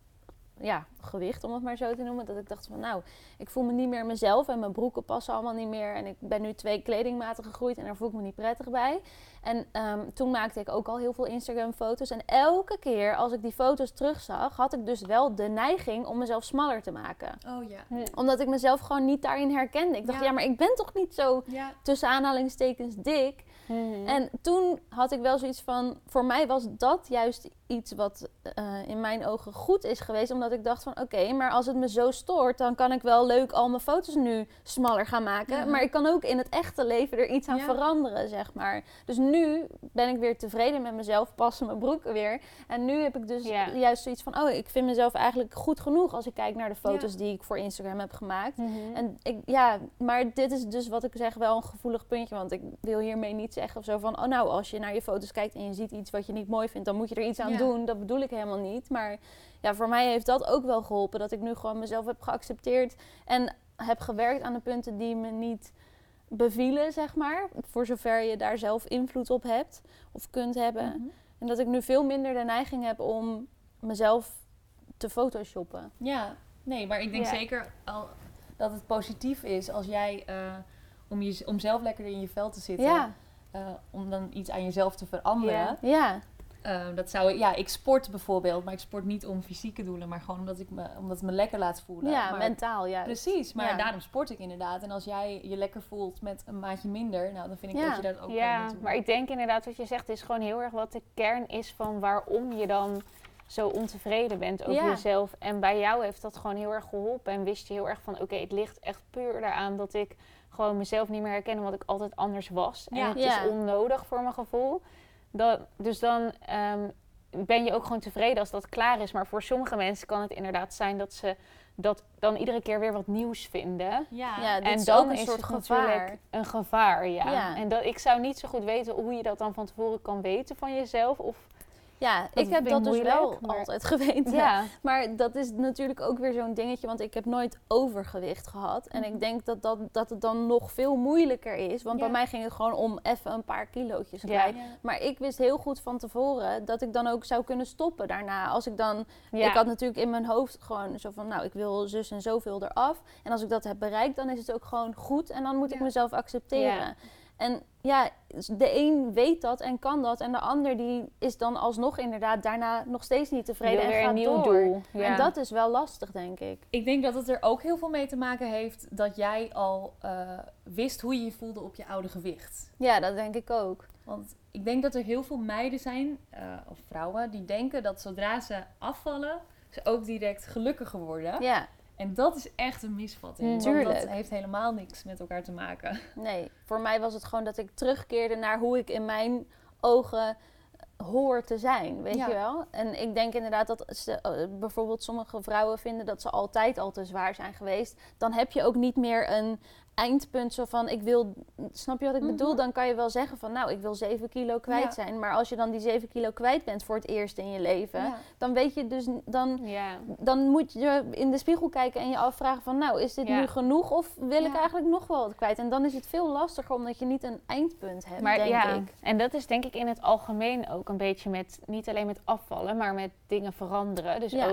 ja, gewicht, om het maar zo te noemen. Dat ik dacht van, nou, ik voel me niet meer mezelf en mijn broeken passen allemaal niet meer. En ik ben nu twee kledingmaten gegroeid en daar voel ik me niet prettig bij. En ehm, toen maakte ik ook al heel veel Instagram-foto's. En elke keer als ik die foto's terugzag, had ik dus wel de neiging om mezelf smaller te maken. Oh ja. Omdat ik mezelf gewoon niet daarin herkende. Ik dacht, Ja. ja, maar ik ben toch niet zo Ja. tussen aanhalingstekens dik. Mhm. En toen had ik wel zoiets van, voor mij was dat juist iets wat eh, in mijn ogen goed is geweest. Omdat ik dacht van, oké, maar als het me zo stoort, dan kan ik wel leuk al mijn foto's nu smaller gaan maken. Ja. Maar ik kan ook in het echte leven er iets aan Ja. veranderen, zeg maar. Dus nu ben ik weer tevreden met mezelf, passen mijn broeken weer. En nu heb ik dus Ja. juist zoiets van, oh, ik vind mezelf eigenlijk goed genoeg als ik kijk naar de foto's die ik voor Instagram heb gemaakt. Mhm. En ik, ja, maar dit is dus wat ik zeg wel een gevoelig puntje. Want ik wil hiermee niet zeggen of zo van, oh nou, als je naar je foto's kijkt en je ziet iets wat je niet mooi vindt, dan moet je er iets aan Ja. doen. Dat bedoel ik helemaal niet. Maar ja, voor mij heeft dat ook wel geholpen. Dat ik nu gewoon mezelf heb geaccepteerd en heb gewerkt aan de punten die me niet bevielen, zeg maar. Voor zover je daar zelf invloed op hebt of kunt hebben. Mhm. En dat ik nu veel minder de neiging heb om mezelf te photoshoppen. Ja, nee, maar ik denk Ja. zeker al dat het positief is als jij, eh, om, je, om zelf lekker in je vel te zitten, Ja, eh, om dan iets aan jezelf te veranderen. Ja. ja. Eh, dat zou, ja, ik sport bijvoorbeeld, maar ik sport niet om fysieke doelen, maar gewoon omdat, ik me, omdat het me lekker laat voelen. Ja, maar, mentaal, ja. Precies, maar Ja. daarom sport ik inderdaad. En als jij je lekker voelt met een maatje minder, nou dan vind ik Ja. dat je dat ook wel Ja, moet doen. maar ik denk inderdaad wat je zegt is gewoon heel erg wat de kern is van waarom je dan zo ontevreden bent over Ja. jezelf. En bij jou heeft dat gewoon heel erg geholpen en wist je heel erg van oké, het ligt echt puur daaraan dat ik gewoon mezelf niet meer herken omdat ik altijd anders was. En Ja. het Ja. is onnodig voor mijn gevoel. Dat, dus dan ehm, ben je ook gewoon tevreden als dat klaar is. Maar voor sommige mensen kan het inderdaad zijn dat ze dat dan iedere keer weer wat nieuws vinden. Ja, Ja, dit En is dan ook een is soort het gevaar. natuurlijk een gevaar, ja. Ja. En dat, ik zou niet zo goed weten hoe je dat dan van tevoren kan weten van jezelf. Of, Ja, ik vind heb ik dat dus moeilijk, wel maar- altijd geweten. ja. Maar dat is natuurlijk ook weer zo'n dingetje, want ik heb nooit overgewicht gehad. En ik denk dat, dat, dat het dan nog veel moeilijker is. Want Ja. bij mij ging het gewoon om even een paar kilootjes Ja. kwijt. Ja. Maar ik wist heel goed van tevoren dat ik dan ook zou kunnen stoppen daarna. Als ik dan... Ja. Ik had natuurlijk in mijn hoofd gewoon zo van, nou, ik wil zus en zoveel eraf. En als ik dat heb bereikt, dan is het ook gewoon goed. En dan moet ik Ja. mezelf accepteren. Ja. En ja, de een weet dat en kan dat. En de ander die is dan alsnog inderdaad daarna nog steeds niet Je tevreden wil en weer gaat een nieuw door. doel. Ja. En dat is wel lastig, denk ik. Ik denk dat het er ook heel veel mee te maken heeft dat jij al eh, wist hoe je je voelde op je oude gewicht. Ja, dat denk ik ook. Want ik denk dat er heel veel meiden zijn, eh, of vrouwen, die denken dat zodra ze afvallen, ze ook direct gelukkiger worden. Ja, En dat is echt een misvatting. Mm. Want Tuurlijk. dat heeft helemaal niks met elkaar te maken. nee. Voor mij was het gewoon dat ik terugkeerde naar hoe ik in mijn ogen hoor te zijn, weet Ja. je wel? En ik denk inderdaad dat ze, eh, bijvoorbeeld sommige vrouwen vinden dat ze altijd al te zwaar zijn geweest. Dan heb je ook niet meer een eindpunt zo van, ik wil, snap je wat ik Mhm. bedoel? Dan kan je wel zeggen van, nou, ik wil zeven kilo kwijt Ja. zijn. Maar als je dan die zeven kilo kwijt bent voor het eerst in je leven, Ja. dan weet je dus, dan, Ja. dan moet je in de spiegel kijken en je afvragen van, nou, is dit Ja. nu genoeg of wil ik Ja. eigenlijk nog wel wat kwijt? En dan is het veel lastiger omdat je niet een eindpunt hebt, Maar denk ja, ik. en dat is denk ik in het algemeen ook een beetje met, niet alleen met afvallen, maar met dingen veranderen. Dus Ja. ook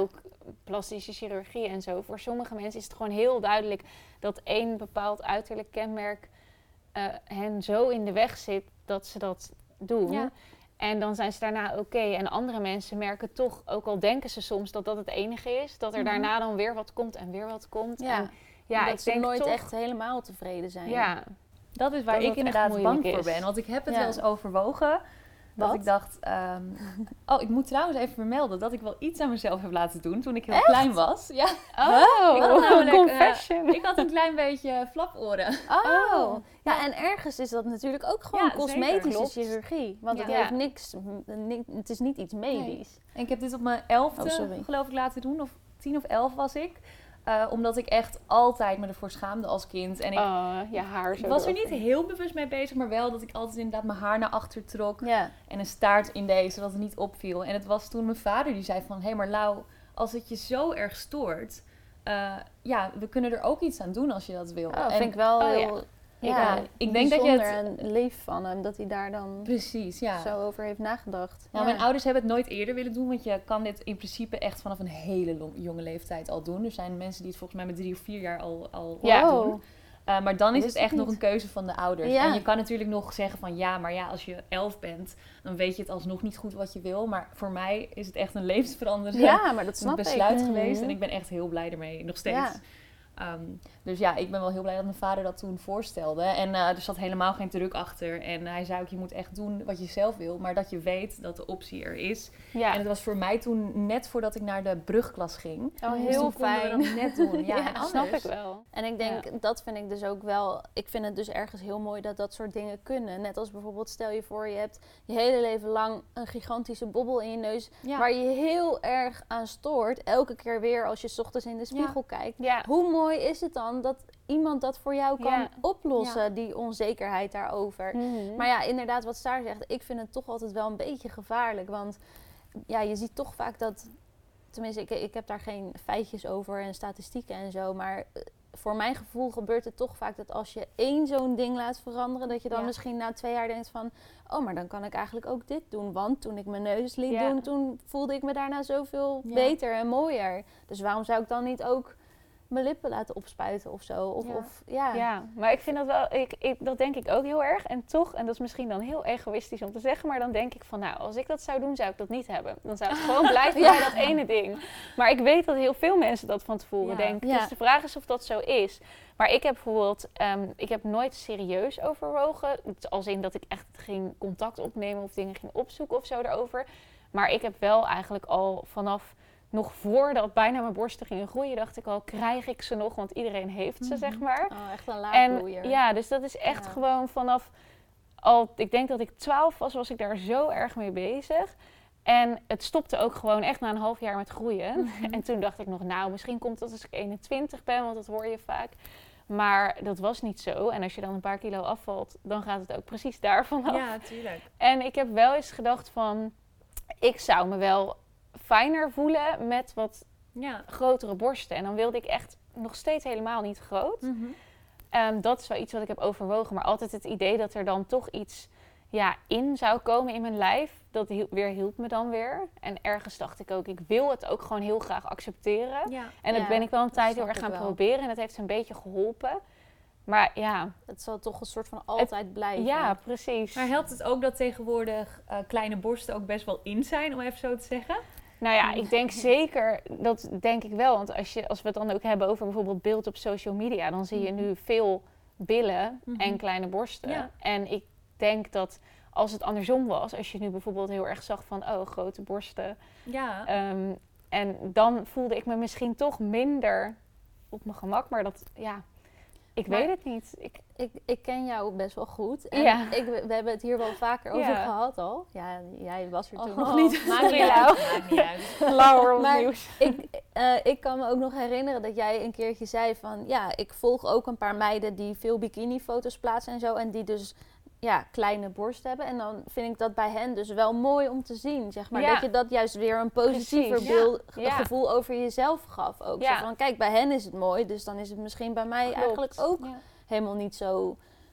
plastische chirurgie en zo. Voor sommige mensen is het gewoon heel duidelijk dat één bepaald uiterlijk kenmerk uh, hen zo in de weg zit dat ze dat doen. Ja. En dan zijn ze daarna oké. Okay. En andere mensen merken toch, ook al denken ze soms dat dat het enige is, dat er mm-hmm. daarna dan weer wat komt en weer wat komt. Ja, en, ja dat ik ze denk nooit toch, echt helemaal tevreden zijn. Ja, dat is waar dat ik inderdaad bang is. voor ben. Want ik heb het ja. wel eens overwogen. Dat Wat? ik dacht... Um, oh, ik moet trouwens even vermelden dat ik wel iets aan mezelf heb laten doen toen ik heel Echt? klein was. Ja. Oh, ik had namelijk, confession. Uh, ik had een klein beetje flaporen. Oh. oh. Ja, en ergens is dat natuurlijk ook gewoon ja, cosmetische chirurgie. Want ja. het heeft niks, niks... Het is niet iets medisch. Nee. En ik heb dit op mijn elfde, oh, geloof ik, laten doen. Of tien of elf was ik. Uh, omdat ik echt altijd me ervoor schaamde als kind. En ik uh, je haar zo was er niet heel bewust mee bezig, maar wel dat ik altijd inderdaad mijn haar naar achter trok. Ja. En een staart in deed, zodat het niet opviel. En het was toen mijn vader die zei van... Hé, hey, maar Lau, als het je zo erg stoort... Uh, ja, we kunnen er ook iets aan doen als je dat wil. Oh, en, vind ik wel oh, heel... Ja. Ja, ja, ik denk dat je het... een leef van hem, dat hij daar dan Precies, ja. zo over heeft nagedacht. Ja, ja. Mijn ouders hebben het nooit eerder willen doen, want je kan dit in principe echt vanaf een hele long, jonge leeftijd al doen. Er zijn mensen die het volgens mij met drie of vier jaar al, al ja. doen. Uh, maar dan is het echt niet. nog een keuze van de ouders. Ja. En je kan natuurlijk nog zeggen van ja, maar ja, als je elf bent, dan weet je het alsnog niet goed wat je wil. Maar voor mij is het echt een levensveranderend ja, maar dat snap besluit ik. geweest. Mm-hmm. En ik ben echt heel blij ermee, nog steeds. Ja. Um, dus ja, ik ben wel heel blij dat mijn vader dat toen voorstelde. En uh, er zat helemaal geen druk achter. En hij zei ook, je moet echt doen wat je zelf wil. Maar dat je weet dat de optie er is. Ja. En het was voor mij toen net voordat ik naar de brugklas ging. Oh, dus heel toen konden fijn. we dat net doen. Ja, Ja, en anders, snap ik wel. En ik denk, Ja. dat vind ik dus ook wel... Ik vind het dus ergens heel mooi dat dat soort dingen kunnen. Net als bijvoorbeeld, stel je voor, je hebt je hele leven lang een gigantische bobbel in je neus... Ja. waar je heel erg aan stoort. Elke keer weer als je 's ochtends in de spiegel ja. kijkt. Ja. Hoe mooi is het dan dat iemand dat voor jou kan Ja. oplossen, Ja. die onzekerheid daarover. Mm-hmm. Maar ja, inderdaad, wat Saar zegt, ik vind het toch altijd wel een beetje gevaarlijk. Want ja, je ziet toch vaak dat... Tenminste, ik, ik heb daar geen feitjes over en statistieken en zo. Maar voor mijn gevoel gebeurt het toch vaak dat als je één zo'n ding laat veranderen... dat je dan ja. misschien na twee jaar denkt van... oh, maar dan kan ik eigenlijk ook dit doen. Want toen ik mijn neus liet Ja. doen, toen voelde ik me daarna zoveel Ja. beter en mooier. Dus waarom zou ik dan niet ook mijn lippen laten opspuiten of zo? Of, Ja. of, ja. Ja, maar ik vind dat wel, ik, ik, dat denk ik ook heel erg. En toch, en dat is misschien dan heel egoïstisch om te zeggen, maar dan denk ik van, nou, als ik dat zou doen, zou ik dat niet hebben. Dan zou het gewoon blijven Ja. bij dat ene ding. Maar ik weet dat heel veel mensen dat van tevoren Ja. denken. Ja. Dus de vraag is of dat zo is. Maar ik heb bijvoorbeeld, um, ik heb nooit serieus overwogen. Als in dat ik echt ging contact opnemen of dingen ging opzoeken of zo daarover. Maar ik heb wel eigenlijk al vanaf... Nog voordat bijna mijn borsten gingen groeien, dacht ik al, krijg ik ze nog? Want iedereen heeft ze, zeg maar. Oh, echt een En laadbloeier. ja, dus dat is echt Ja. gewoon vanaf al, ik denk dat ik twaalf was, was ik daar zo erg mee bezig. En het stopte ook gewoon echt na een half jaar met groeien. Mm-hmm. En toen dacht ik nog, nou, misschien komt dat als ik eenentwintig ben, want dat hoor je vaak. Maar dat was niet zo. En als je dan een paar kilo afvalt, dan gaat het ook precies daarvan af. Ja, tuurlijk. En ik heb wel eens gedacht van, ik zou me wel fijner voelen met wat Ja. grotere borsten. En dan wilde ik echt nog steeds helemaal niet groot. Mm-hmm. Um, dat is wel iets wat ik heb overwogen. Maar altijd het idee dat er dan toch iets ja, in zou komen in mijn lijf. Dat hiel- weer hielp me dan weer. En ergens dacht ik ook, ik wil het ook gewoon heel graag accepteren. Ja. En dat Ja, ben ik wel een dat tijd snap heel erg ik gaan wel. proberen. En dat heeft een beetje geholpen. Maar ja, Het zal toch een soort van altijd blijven. ja, precies. Maar helpt het ook dat tegenwoordig uh, kleine borsten ook best wel in zijn, om even zo te zeggen? Nou ja, ik denk zeker, dat denk ik wel. Want als, je, als we het dan ook hebben over bijvoorbeeld beeld op social media, dan zie je nu veel billen Mhm. en kleine borsten. Ja. En ik denk dat als het andersom was, als je nu bijvoorbeeld heel erg zag van, oh, grote borsten. Ja. Um, en dan voelde ik me misschien toch minder op mijn gemak. Maar dat, ja, ik Maar- weet het niet. Ik, Ik, ik ken jou best wel goed. En Ja. ik, we hebben het hier wel vaker over Ja. gehad al. Ja, jij was er toen Oh, nog niet. Maakt niet Sorry, uit. Lau. Maakt niet uit. lauwer Maar- nieuws. ik, eh, ik kan me ook nog herinneren dat jij een keertje zei van... Ja, ik volg ook een paar meiden die veel bikinifoto's plaatsen en zo. En die dus ja, kleine borsten hebben. En dan vind ik dat bij hen dus wel mooi om te zien, zeg maar. Ja. Dat je dat juist weer een positiever Precies. beeld, Ja. Ja. gevoel over jezelf gaf. Ook Ja. zo van, kijk, bij hen is het mooi. Dus dan is het misschien bij mij Klopt. eigenlijk ook Ja. helemaal niet zo...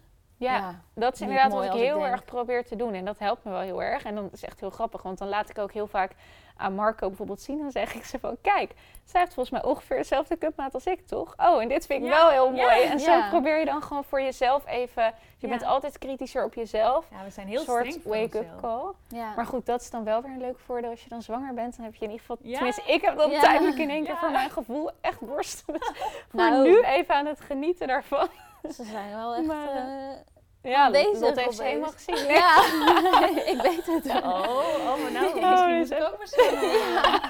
Ja, Ja, dat is niet inderdaad mooi wat ik als ik heel denk. erg probeer te doen. En dat helpt me wel heel erg. En dan is het echt heel grappig. Want dan laat ik ook heel vaak aan Marco bijvoorbeeld zien. Dan zeg ik ze van, kijk, zij heeft volgens mij ongeveer dezelfde cupmaat als ik, toch? Oh, en dit vind ik Ja, wel heel mooi. ja, en zo ja. probeer je dan gewoon voor jezelf even... Je Ja. bent altijd kritischer op jezelf. Ja, we zijn heel Een soort streng voor wake-up onszelf. call. Ja. Maar goed, dat is dan wel weer een leuk voordeel. Als je dan zwanger bent, dan heb je in ieder geval... Ja. Tenminste, ik heb dan Ja. tijdelijk in één keer Ja. voor mijn gevoel echt borsten. Dus voor Nou. nu even aan het genieten daarvan. Ze zijn wel echt Maar, eh, Ja, aanwezig Lot heeft op ze helemaal deze. gezien. Ja, ik weet het. Oh, oh, maar nou, Oh, misschien dus moet ik ook maar zeggen.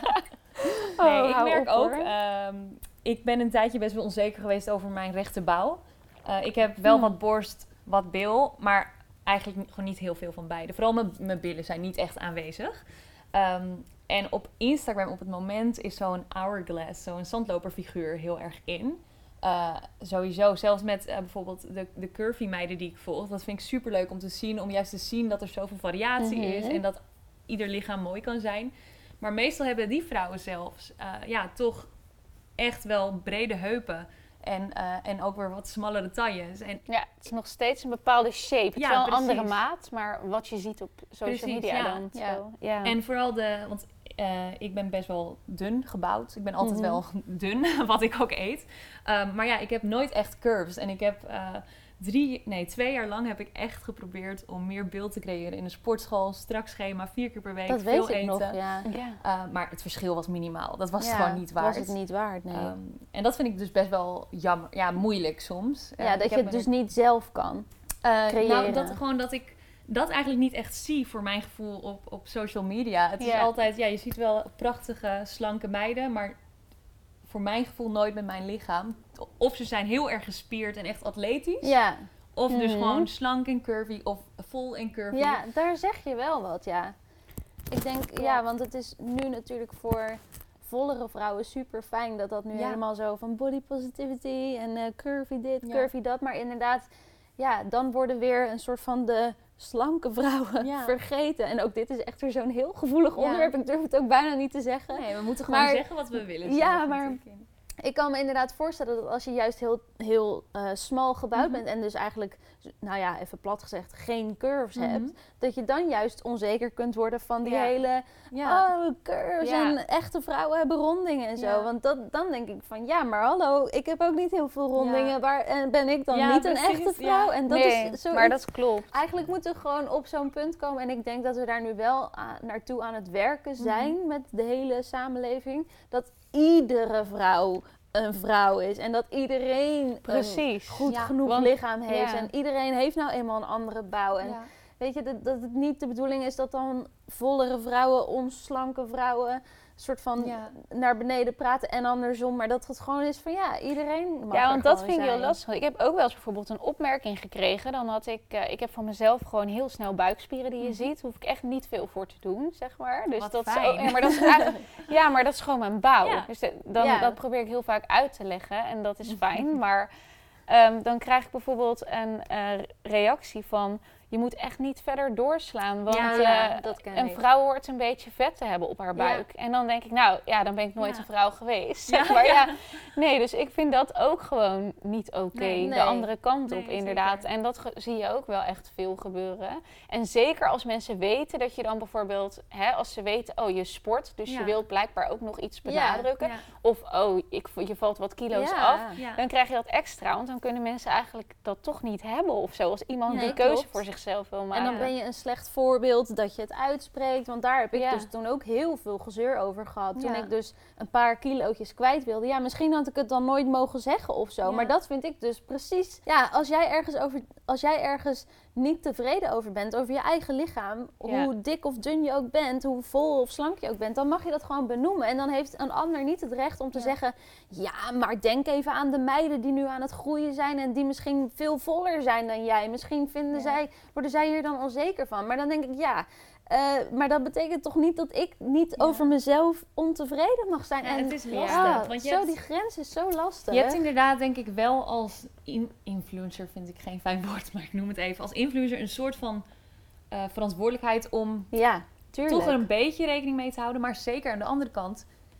Nee, Oh, ik hou merk op, ook, hoor. ehm, ik ben een tijdje best wel onzeker geweest over mijn rechterbouw. Uh, ik heb wel Hmm. wat borst, wat bil, maar eigenlijk ni- gewoon niet heel veel van beide. Vooral mijn, mijn billen zijn niet echt aanwezig. Um, en op Instagram op het moment is zo'n hourglass, zo'n zandloperfiguur heel erg in. Uh, sowieso, zelfs met uh, bijvoorbeeld de, de curvy meiden die ik volg. Dat vind ik super leuk om te zien, om juist te zien dat er zoveel variatie Mhm. is en dat ieder lichaam mooi kan zijn. Maar meestal hebben die vrouwen zelfs uh, ja, toch echt wel brede heupen. En, uh, en ook weer wat smallere tailles. En Ja, het is nog steeds een bepaalde shape. Het is Ja, wel een precies. andere maat, maar wat je ziet op social Precies, media ja. dan. Ja. Zo, ja. En vooral de, want uh, ik ben best wel dun gebouwd. Ik ben altijd Mhm. wel dun, wat ik ook eet. Um, maar ja, ik heb nooit echt curves. En ik heb uh, drie, nee, twee jaar lang heb ik echt geprobeerd om meer beeld te creëren in een sportschool. Strak schema, vier keer per week, Dat veel weet ik eten. nog, ja. ja. Uh, maar het verschil was minimaal. Dat was Ja, het gewoon niet waard. was het niet waard, nee. Um, en dat vind ik dus best wel jammer, ja, moeilijk soms. Uh, ja, ik dat je heb het me dus niet zelf kan. Uh, creëren. nou, dat gewoon dat ik dat eigenlijk niet echt zie voor mijn gevoel op, op social media. Het is Ja. altijd, ja, je ziet wel prachtige, slanke meiden, maar voor mijn gevoel nooit met mijn lichaam. Of ze zijn heel erg gespierd en echt atletisch. Ja. Of dus Mhm. gewoon slank en curvy of vol en curvy. Ja, daar zeg je wel wat, ja. Ik denk, ja, Ja. want het is nu natuurlijk voor vollere vrouwen super fijn dat dat nu Ja. helemaal zo van body positivity en eh, curvy dit, Ja. curvy dat. Maar inderdaad, ja, dan worden weer een soort van de slanke vrouwen Ja. vergeten. En ook dit is echt weer zo'n heel gevoelig Ja. onderwerp. Ik durf het ook bijna niet te zeggen. Nee, we moeten gewoon Maar- zeggen wat we willen. Ja, zelf maar- natuurlijk. Ik kan me inderdaad voorstellen dat als je juist heel, heel eh, smal gebouwd Mhm. bent en dus eigenlijk, nou ja, even plat gezegd, geen curves Mhm. hebt, dat je dan juist onzeker kunt worden van die Ja. hele, Ja. oh, curves Ja. en echte vrouwen hebben rondingen en zo. Ja. Want dat, dan denk ik van, ja, maar hallo, ik heb ook niet heel veel rondingen, Ja. waar, en ben ik dan Ja, niet een precies, echte vrouw? ja. En dat nee, is zo maar dat klopt. Eigenlijk moeten we gewoon op zo'n punt komen. En ik denk dat we daar nu wel aan, naartoe aan het werken zijn Mhm. met de hele samenleving. Dat iedere vrouw een vrouw is. En dat iedereen een Precies. goed Ja, Ehm, genoeg want- lichaam heeft. ja. En iedereen heeft nou eenmaal een andere bouw. En Ja. weet je, dat, dat het niet de bedoeling is dat dan vollere vrouwen, onslanke vrouwen soort van Ja. naar beneden praten en andersom. Maar dat het gewoon is van ja, iedereen mag Ja, er want dat gewoon vind ik heel zijn. lastig. Want ik heb ook wel eens bijvoorbeeld een opmerking gekregen. Dan had ik, uh, ik heb van mezelf gewoon heel snel buikspieren die je Mhm. ziet. Hoef ik echt niet veel voor te doen, zeg maar. Dus Wat dat is fijn. ook, ja, maar dat is eigenlijk, ja, maar dat is gewoon mijn bouw. Ja. Dus de- dan, Ja. dat probeer ik heel vaak uit te leggen. En dat is fijn. Maar um, dan krijg ik bijvoorbeeld een uh, reactie van... Je moet echt niet verder doorslaan. Want Ja, uh, ja, dat ken een ik. vrouw hoort een beetje vet te hebben op haar buik. En dan denk ik, nou ja, dan ben ik nooit Ja. een vrouw geweest. Ja, Zeg maar, ja. ja. Nee, dus ik vind dat ook gewoon niet oké. Nee. De Nee. andere kant Nee, op, inderdaad. zeker. En dat ge- zie je ook wel echt veel gebeuren. En zeker als mensen weten dat je dan bijvoorbeeld... Hè, als ze weten, oh, je sport, dus Ja. je wilt blijkbaar ook nog iets Ja, benadrukken. Ja. Of, oh, ik, je valt wat kilo's Ja. af. Ja. Dan krijg je dat extra, want dan kunnen mensen eigenlijk dat toch niet hebben of zo. Als iemand Nee, die keuze klopt. voor zichzelf wil En maken. dan ben je een slecht voorbeeld dat je het uitspreekt. Want daar heb ik Ja. dus toen ook heel veel gezeur over gehad. Toen Ja. ik dus een paar kilootjes kwijt wilde. Ja, misschien had ik het dan nooit mogen zeggen of zo. Ja. Maar dat vind ik dus precies... Ja, als jij ergens, over, als jij ergens niet tevreden over bent, over je eigen lichaam... Ja. hoe dik of dun je ook bent, hoe vol of slank je ook bent... dan mag je dat gewoon benoemen. En dan heeft een ander niet het recht om te Ja. zeggen... ja, maar denk even aan de meiden die nu aan het groeien zijn... en die misschien veel voller zijn dan jij. Misschien vinden Ja. zij, worden zij hier dan onzeker van. Maar dan denk ik, ja... eh, maar dat betekent toch niet dat ik niet Ja. over mezelf ontevreden mag zijn. Ja, en het is Ja. lastig. ah, want je zo, hebt- die grens is zo lastig. Je hebt inderdaad, denk ik, wel als in- influencer, vind ik geen fijn woord, maar ik noem het even, als influencer een soort van eh, verantwoordelijkheid om Ja, tuurlijk. toch er een beetje rekening mee te houden. Maar zeker aan de andere kant,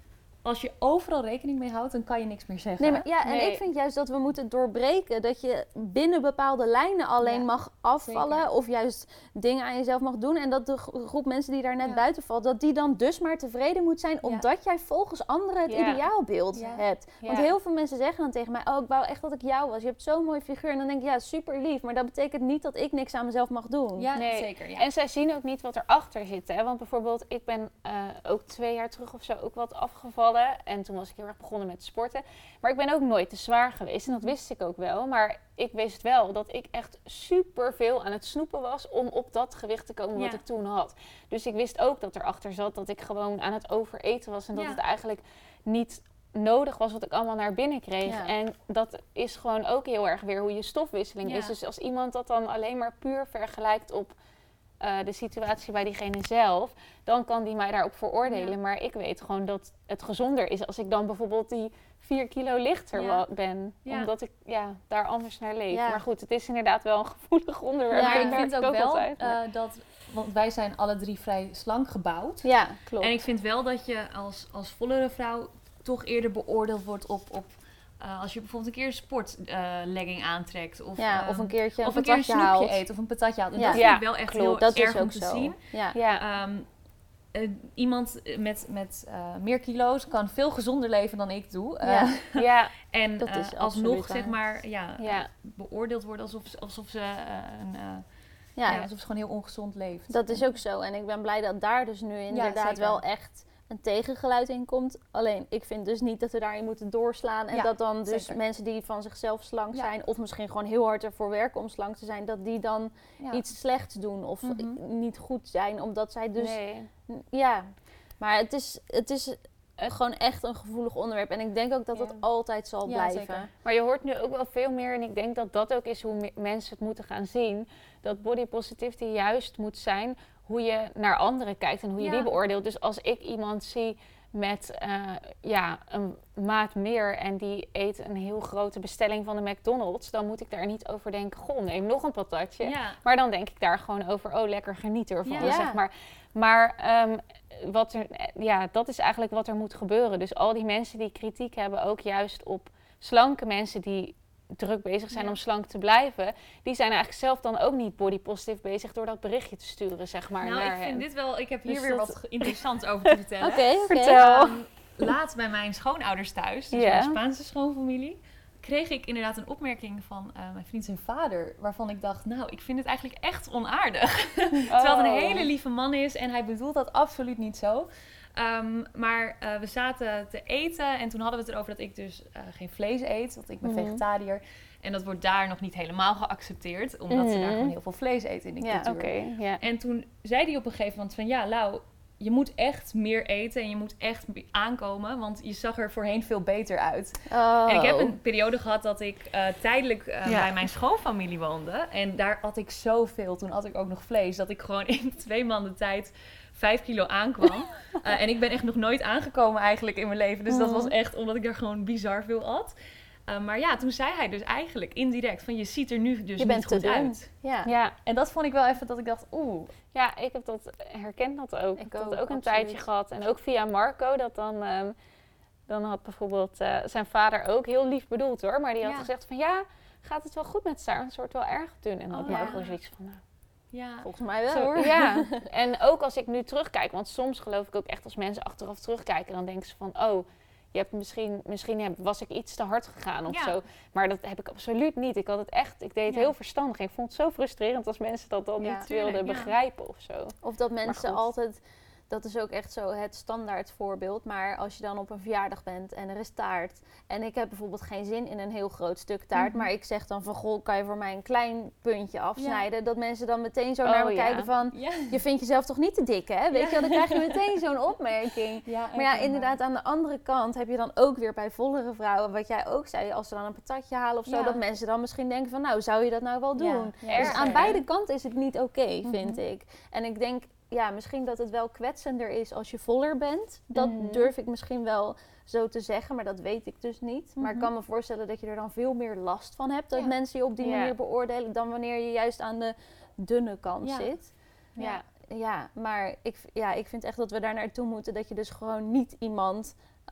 als je overal rekening mee houdt, dan kan je niks meer zeggen. Nee, maar ja, en Nee. ik vind juist dat we moeten doorbreken. Dat je binnen bepaalde lijnen alleen Ja, mag afvallen. zeker. Of juist dingen aan jezelf mag doen. En dat de gro- groep mensen die daar net Ja. buiten valt, dat die dan dus maar tevreden moet zijn. Omdat jij volgens anderen het Ja. ideaalbeeld Ja. hebt. Want Ja. heel veel mensen zeggen dan tegen mij, oh, ik wou echt dat ik jou was. Je hebt zo'n mooi figuur. En dan denk ik, ja, super lief. Maar dat betekent niet dat ik niks aan mezelf mag doen. Ja, Nee. zeker. Ja. En zij zien ook niet wat erachter zit. Hè? Want bijvoorbeeld, ik ben uh, ook twee jaar terug of zo ook wat afgevallen. En toen was ik heel erg begonnen met sporten. Maar ik ben ook nooit te zwaar geweest. En dat wist ik ook wel. Maar ik wist wel dat ik echt super veel aan het snoepen was om op dat gewicht te komen wat Ja. ik toen had. Dus ik wist ook dat erachter zat dat ik gewoon aan het overeten was. En dat Ja. het eigenlijk niet nodig was wat ik allemaal naar binnen kreeg. Ja. En dat is gewoon ook heel erg weer hoe je stofwisseling Ja. is. Dus als iemand dat dan alleen maar puur vergelijkt op uh, de situatie bij diegene zelf, dan kan die mij daarop veroordelen. Ja. Maar ik weet gewoon dat het gezonder is als ik dan bijvoorbeeld die vier kilo lichter Ja. wa- ben. Ja. Omdat ik ja, daar anders naar leef. Ja. Maar goed, het is inderdaad wel een gevoelig onderwerp. Ja, maar Dat ik merk vind ook wel altijd, maar- uh, dat, want wij zijn alle drie vrij slank gebouwd. Ja, klopt. En ik vind wel dat je als, als vollere vrouw toch eerder beoordeeld wordt op, op uh, als je bijvoorbeeld een keer een sportlegging uh, aantrekt. Of, ja, um, of een keertje een of een keer een patatje snoepje haalt. eet of een patatje haalt. En Ja. dat Ja, vind ik wel echt klopt. heel Dat erg is om ook te zo. zien. Ja. ja. Um, uh, iemand met, met uh, meer kilo's kan veel gezonder leven dan ik doe. Uh, Ja. ja, En Dat uh, is alsnog absoluut zeg waar. maar ja, Ja. beoordeeld worden alsof, ze- alsof ze uh, een, uh, Ja, ja, alsof ze gewoon heel ongezond leeft. dat is ook zo. En ik ben blij dat daar dus nu inderdaad zeker. wel echt een tegengeluid in komt. Alleen, ik vind dus niet dat we daarin moeten doorslaan. En Ja, dat dan dus zeker. mensen die van zichzelf slank Ja. zijn, of misschien gewoon heel hard ervoor werken om slank te zijn, dat die dan Ja. iets slechts doen of Mhm. i- niet goed zijn, omdat zij dus... nee. N- Ja, maar het is, het is gewoon echt een gevoelig onderwerp. En ik denk ook dat Ja. het altijd zal Ja, blijven. zeker. Maar je hoort nu ook wel veel meer, en ik denk dat dat ook is hoe me- mensen het moeten gaan zien, dat body positivity juist moet zijn hoe je naar anderen kijkt en hoe je Ja. die beoordeelt. Dus als ik iemand zie met uh, ja, een maat meer en die eet een heel grote bestelling van de McDonald's, dan moet ik daar niet over denken, goh, neem nog een patatje. Ja. Maar dan denk ik daar gewoon over, oh, lekker genieten ervan, Ja. zeg maar. Maar um, wat er, ja, dat is eigenlijk wat er moet gebeuren. Dus al die mensen die kritiek hebben, ook juist op slanke mensen die druk bezig zijn Ja. om slank te blijven, die zijn eigenlijk zelf dan ook niet body positive bezig door dat berichtje te sturen, zeg maar, Nou, naar ik vind hen. dit wel, ik heb hier Dus weer dat- wat interessants over te vertellen. Oké, oké. Vertel. Um, laatst bij mijn schoonouders thuis, dus Ja. mijn Spaanse schoonfamilie, kreeg ik inderdaad een opmerking van uh, mijn vriend zijn vader, waarvan ik dacht, nou, ik vind het eigenlijk echt onaardig. Terwijl het een Oh. hele lieve man is en hij bedoelt dat absoluut niet zo. Um, maar uh, we zaten te eten en toen hadden we het erover dat ik dus uh, geen vlees eet, want ik ben Mhm. vegetariër. En dat wordt daar nog niet helemaal geaccepteerd, omdat ze daar Mhm. gewoon heel veel vlees eten in de Ja, cultuur. Oké, ja. En toen zei hij op een gegeven moment van, ja, Lau, je moet echt meer eten en je moet echt aankomen, want je zag er voorheen veel beter uit. Oh. En ik heb een periode gehad dat ik uh, tijdelijk uh, Ja. bij mijn schoonfamilie woonde. En daar at ik zoveel. Toen at ik ook nog vlees. Dat ik gewoon in twee maanden tijd vijf kilo aankwam. uh, en ik ben echt nog nooit aangekomen eigenlijk in mijn leven. Dus dat was echt omdat ik daar gewoon bizar veel at. Uh, maar ja, toen zei hij dus eigenlijk indirect van je ziet er nu dus Je niet bent te goed dun. uit. Ja. Ja, En dat vond ik wel even dat ik dacht, oeh. ja, ik heb dat, herken dat ook. Ik Ik heb dat ook, ook een absoluut. tijdje gehad. En ook via Marco, dat dan, um, dan had bijvoorbeeld uh, zijn vader ook heel lief bedoeld hoor. Maar die had Ja. gezegd van ja, gaat het wel goed met Saar? Want ze wordt wel erg dun. En dan had Oh, Marco ja. zoiets van, nou, Ja. Volgens mij wel zo, hoor. ja. En ook als ik nu terugkijk, want soms geloof ik ook echt als mensen achteraf terugkijken, dan denken ze van, oh, je hebt misschien, misschien heb, was ik iets te hard gegaan of Ja. zo. Maar dat heb ik absoluut niet. Ik had het echt, ik deed het Ja. heel verstandig. Ik vond het zo frustrerend als mensen dat dan Ja. niet Tuurlijk, wilden ja. begrijpen of zo. Of dat mensen goed. altijd, dat is ook echt zo het standaard voorbeeld. Maar als je dan op een verjaardag bent en er is taart. En ik heb bijvoorbeeld geen zin in een heel groot stuk taart. Mhm. Maar ik zeg dan van, goh, kan je voor mij een klein puntje afsnijden? Dat mensen dan meteen zo naar Oh, me ja. kijken van, Ja. je vindt jezelf toch niet te dik hè? Weet Ja. je wel, dan krijg je meteen zo'n opmerking. Ja, Maar ja, inderdaad, aan de andere kant heb je dan ook weer bij vollere vrouwen, wat jij ook zei, als ze dan een patatje halen of zo, Ja. dat mensen dan misschien denken van, nou, zou je dat nou wel doen? Ja. Ja, Dus erg, aan hè? beide kanten is het niet oké, vind Mhm. ik. En ik denk, ja, misschien dat het wel kwetsender is als je voller bent. Dat Mhm. durf ik misschien wel zo te zeggen, maar dat weet ik dus niet. Maar ik Mhm. kan me voorstellen dat je er dan veel meer last van hebt, dat Ja. mensen je op die Ja. manier beoordelen, dan wanneer je juist aan de dunne kant Ja. zit. Ja. Ja, ja, maar ik, ja, ik vind echt dat we daar naartoe moeten. Dat je dus gewoon niet iemand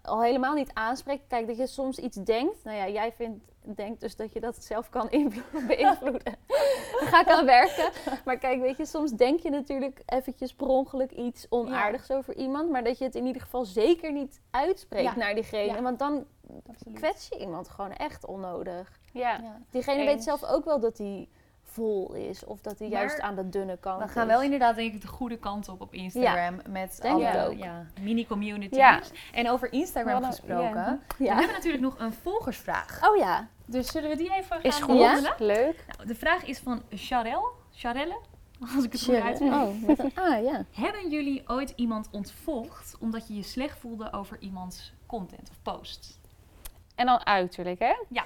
al helemaal niet aanspreekt. Kijk, dat je soms iets denkt. Nou ja, jij vindt, denkt dus dat je dat zelf kan invlo- beïnvloeden. Daar ga ik aan werken. Maar kijk, weet je, soms denk je natuurlijk eventjes per ongeluk iets onaardigs ja. over iemand. Maar dat je het in ieder geval zeker niet uitspreekt ja. naar diegene. Ja. Want dan Absoluut. kwets je iemand gewoon echt onnodig. Ja. Ja. Diegene Eens. weet zelf ook wel dat hij vol is. Of dat hij maar juist aan de dunne kant is. We gaan wel inderdaad denk ik de goede kant op op Instagram. Ja, met denk alle ja, mini-communities. Ja. En over Instagram Wel, gesproken. Ja. Ja. We hebben natuurlijk nog een volgersvraag. Oh ja. Dus zullen we die even gaan is goed. behandelen? Ja? Leuk. Nou, de vraag is van Charelle. Charelle? Als ik het goed Charelle. uitspreek. Oh, met een A, ja. Hebben jullie ooit iemand ontvolgd omdat je je slecht voelde over iemands content of post? En dan uiterlijk, hè? Ja.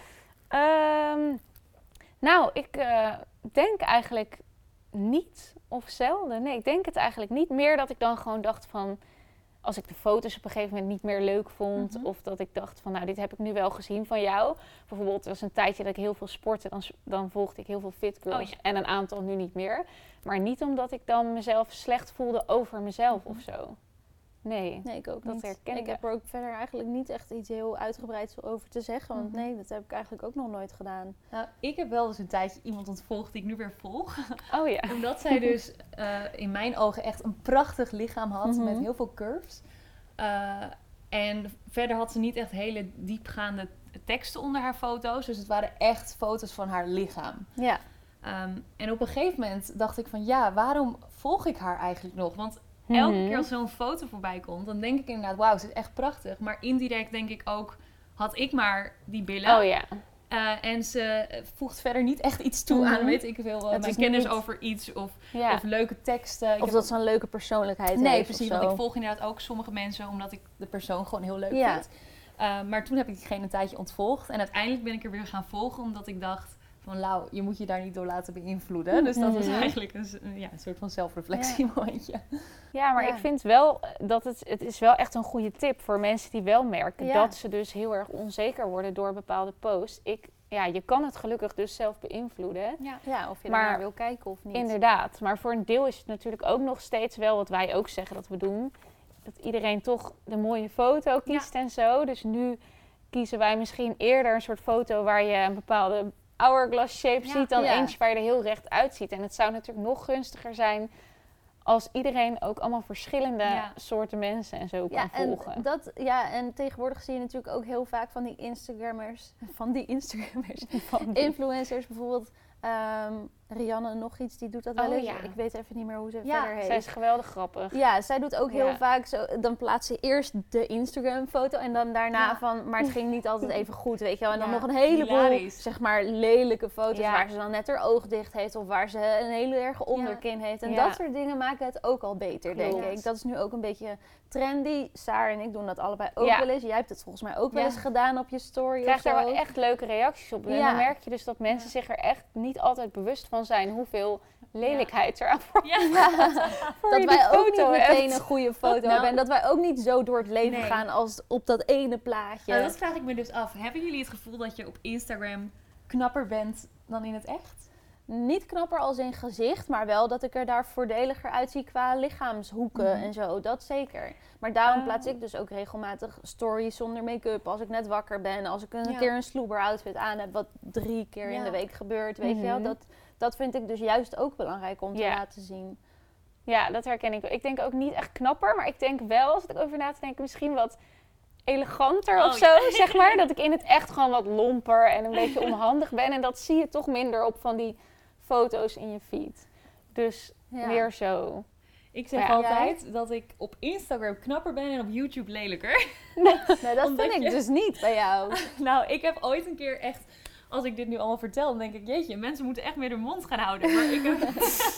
Um, nou, ik uh, denk eigenlijk niet of zelden. Nee, ik denk het eigenlijk niet. Meer dat ik dan gewoon dacht van... Als ik de foto's op een gegeven moment niet meer leuk vond... Mm-hmm. Of dat ik dacht van, nou, dit heb ik nu wel gezien van jou. Bijvoorbeeld, er was een tijdje dat ik heel veel sportte. Dan, dan volgde ik heel veel fit girls. Oh, ja. En een aantal nu niet meer. Maar niet omdat ik dan mezelf slecht voelde over mezelf mm-hmm. of zo. Nee, nee, ik ook dat niet. herken ik heb er ook verder eigenlijk niet echt iets heel uitgebreids over te zeggen. Want mm-hmm. nee, dat heb ik eigenlijk ook nog nooit gedaan. Nou, ik heb wel dus een tijdje iemand ontvolgd die ik nu weer volg. Oh ja. Omdat zij dus uh, in mijn ogen echt een prachtig lichaam had mm-hmm. met heel veel curves. Uh, en verder had ze niet echt hele diepgaande teksten onder haar foto's. Dus het waren echt foto's van haar lichaam. Ja. Um, en op een gegeven moment dacht ik van ja, waarom volg ik haar eigenlijk nog? Want elke mm-hmm. keer als zo'n foto voorbij komt, dan denk ik inderdaad, wauw, ze is echt prachtig. Maar indirect denk ik ook, had ik maar die billen. Oh ja. Uh, en ze voegt verder niet echt iets toe mm-hmm. aan, weet ik veel, uh, mijn kennis niet... over iets of, ja. of leuke teksten. Ik of dat zo'n leuke persoonlijkheid nee, heeft. Nee, precies, want ik volg inderdaad ook sommige mensen omdat ik de persoon gewoon heel leuk ja. vind. Uh, maar toen heb ik diegene een tijdje ontvolgd en uiteindelijk ben ik er weer gaan volgen omdat ik dacht... Van Lau, je moet je daar niet door laten beïnvloeden. Dus dat was eigenlijk een, ja, een soort van zelfreflectiemomentje. Ja. ja, maar ja. ik vind wel dat het, het is wel echt een goede tip voor mensen die wel merken... Ja. dat ze dus heel erg onzeker worden door bepaalde posts. Ik, ja, je kan het gelukkig dus zelf beïnvloeden. Ja, ja of je maar, naar wil kijken of niet. Inderdaad, maar voor een deel is het natuurlijk ook nog steeds wel wat wij ook zeggen dat we doen. Dat iedereen toch de mooie foto kiest ja. en zo. Dus nu kiezen wij misschien eerder een soort foto waar je een bepaalde... hourglass shape ja, ziet dan ja. eentje waar je er heel recht uitziet. En het zou natuurlijk nog gunstiger zijn als iedereen ook allemaal verschillende ja. soorten mensen en zo ja, kan volgen. En dat, ja, en tegenwoordig zie je natuurlijk ook heel vaak van die Instagrammers, van die Instagrammers, van die. influencers bijvoorbeeld. Um, Rianne nog iets, die doet dat wel oh, eens. Ja. Ik weet even niet meer hoe ze ja, verder heet. Zij is geweldig grappig. Ja, zij doet ook heel ja. vaak zo. Dan plaatst ze eerst de Instagram foto en dan daarna ja. van... Maar het ging niet altijd even goed, weet je wel. En dan ja, nog een heleboel, hilarisch. zeg maar, lelijke foto's... Ja. waar ze dan net haar oog dicht heeft... of waar ze een hele erg onderkin ja. heeft. En ja. dat soort dingen maken het ook al beter, Klopt. denk ik. Dat is nu ook een beetje trendy. Saar en ik doen dat allebei ook ja. wel eens. Jij hebt het volgens mij ook ja. wel eens gedaan op je story. Je krijgt daar wel echt leuke reacties op. En ja. dan merk je dus dat mensen ja. zich er echt niet altijd bewust van zijn... hoeveel lelijkheid ja. eraan voor ja. ja. Dat wij ook niet meteen hebt. een goede foto nou. hebben. En dat wij ook niet zo door het leven nee. gaan als op dat ene plaatje. Nou, dat vraag ik me dus af. Hebben jullie het gevoel dat je op Instagram knapper bent dan in het echt? Niet knapper als in gezicht, maar wel dat ik er daar voordeliger uitzie qua lichaamshoeken mm-hmm. en zo. Dat zeker. Maar daarom uh. plaats ik dus ook regelmatig stories zonder make-up. Als ik net wakker ben, als ik een ja. keer een sloeber outfit aan heb, wat drie keer ja. in de week gebeurt, weet mm-hmm. je wel. Dat, dat vind ik dus juist ook belangrijk om te ja. laten zien. Ja, dat herken ik wel. Ik denk ook niet echt knapper, maar ik denk wel, als ik over na te denken, misschien wat eleganter oh, of zo, ja. zeg maar. Dat ik in het echt gewoon wat lomper en een beetje onhandig ben. En dat zie je toch minder op van die foto's in je feed. Dus ja. meer zo. Ik zeg ja, altijd jij? dat ik op Instagram knapper ben en op YouTube lelijker. Nee, nee dat vind ik je... dus niet bij jou. Nou, ik heb ooit een keer echt... Als ik dit nu allemaal vertel, dan denk ik... Jeetje, mensen moeten echt meer de mond gaan houden. Maar ik heb,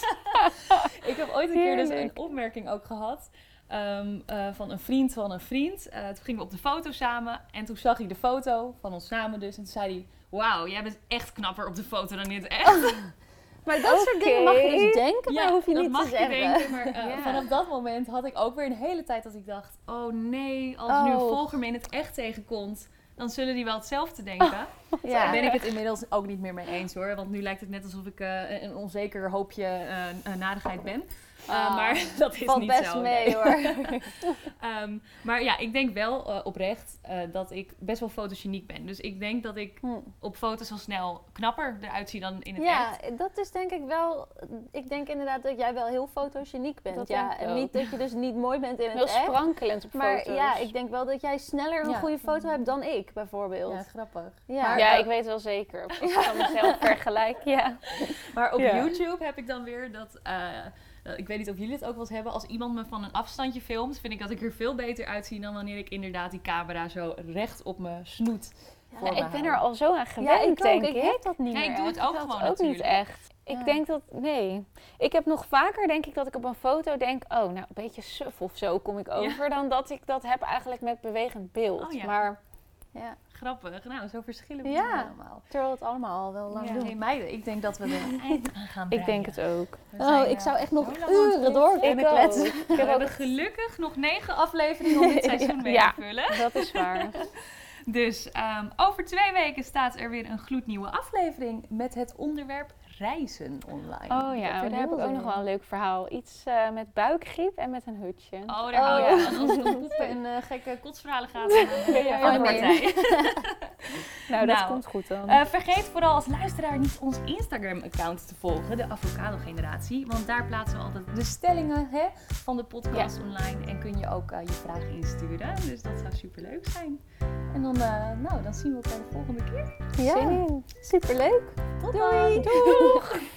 ik heb ooit een keer dus een opmerking ook gehad... Um, uh, van een vriend van een vriend. Uh, toen gingen we op de foto samen. En toen zag hij de foto van ons samen dus. En toen zei hij... Wauw, jij bent echt knapper op de foto dan in het echt. Maar dat okay. soort dingen mag je dus denken, maar ja, hoef je dat niet mag te zeggen. Denken, maar uh, ja. vanaf dat moment had ik ook weer een hele tijd dat ik dacht... Oh nee, als oh. nu een volger me in het echt tegenkomt... dan zullen die wel hetzelfde denken. Oh, ja. Daar ben ik het inmiddels ook niet meer mee eens hoor. Want nu lijkt het net alsof ik uh, een onzeker hoopje uh, uh, nadigheid ben. Uh, Oh, maar dat is valt niet best zo. mee nee. hoor. um, maar ja, ik denk wel uh, oprecht uh, dat ik best wel fotogeniek ben. Dus ik denk dat ik Hm. op foto's al snel knapper eruit zie dan in het Ja, echt. dat is denk ik wel... Ik denk inderdaad dat jij wel heel fotogeniek bent. Dat ja, denk ik en ook. niet dat je dus niet mooi bent in het Heel echt. sprankelend op Maar foto's. ja, ik denk wel dat jij sneller een Ja. goede foto hebt dan ik, bijvoorbeeld. Ja, grappig. Ja, Maar, Ja, uh, ik weet wel zeker. Als ik van mezelf vergelijk, ja. Maar op Ja. YouTube heb ik dan weer dat... Uh, ik weet niet of jullie het ook wel eens hebben. Als iemand me van een afstandje filmt, vind ik dat ik er veel beter uitzie dan wanneer ik inderdaad die camera zo recht op mijn snoet voor Ja, me ik ben hou. er al zo aan gewend, ja, ik ook. denk Ik ik. heb dat niet Ja, meer ik doe echt. het ook Dat gewoon ook niet natuurlijk. echt. Ja. Ik denk dat, nee. Ik heb nog vaker, denk ik, dat ik op een foto denk, oh, nou, een beetje suf of zo kom ik over, dan dat ik dat heb eigenlijk met bewegend beeld. Oh, ja. Maar Ja. Grappig. Nou, zo verschillen we Ja. allemaal. Terwijl we het allemaal al wel lang Ja. doen. Hey meiden, ik denk dat we er een eind aan gaan ik denk breien. het ook. We zijn, Oh, ik uh, zou echt nog zo lang aan het uren door kletsen. kunnen Ik ook. kletsen. Ik We heb ook hebben gelukkig nog negen afleveringen om dit seizoen mee Ja. te vullen. Dat is waar. Dus um, over twee weken staat er weer een gloednieuwe aflevering met het onderwerp reizen online. Oh ja, er daar heb heel ik ook zin nog in. wel een leuk verhaal. Iets uh, met buikgriep en met een hutje. Oh, daar Oh, hou je ja. van. Als het om poepen en uh, gekke kotsverhalen gaat, dan ben je Ja, van de nee. partij. Nou, dat Nou, komt goed dan. Uh, vergeet vooral als luisteraar niet ons Instagram-account te volgen, de Avocado Generatie. Want daar plaatsen we altijd de stellingen hè, van de podcast online. En kun je ook uh, je vragen insturen. Dus dat zou superleuk zijn. En dan, uh, nou, dan zien we elkaar de volgende keer. Ja, Zin in. superleuk. Tot Doei. dan! Doeg!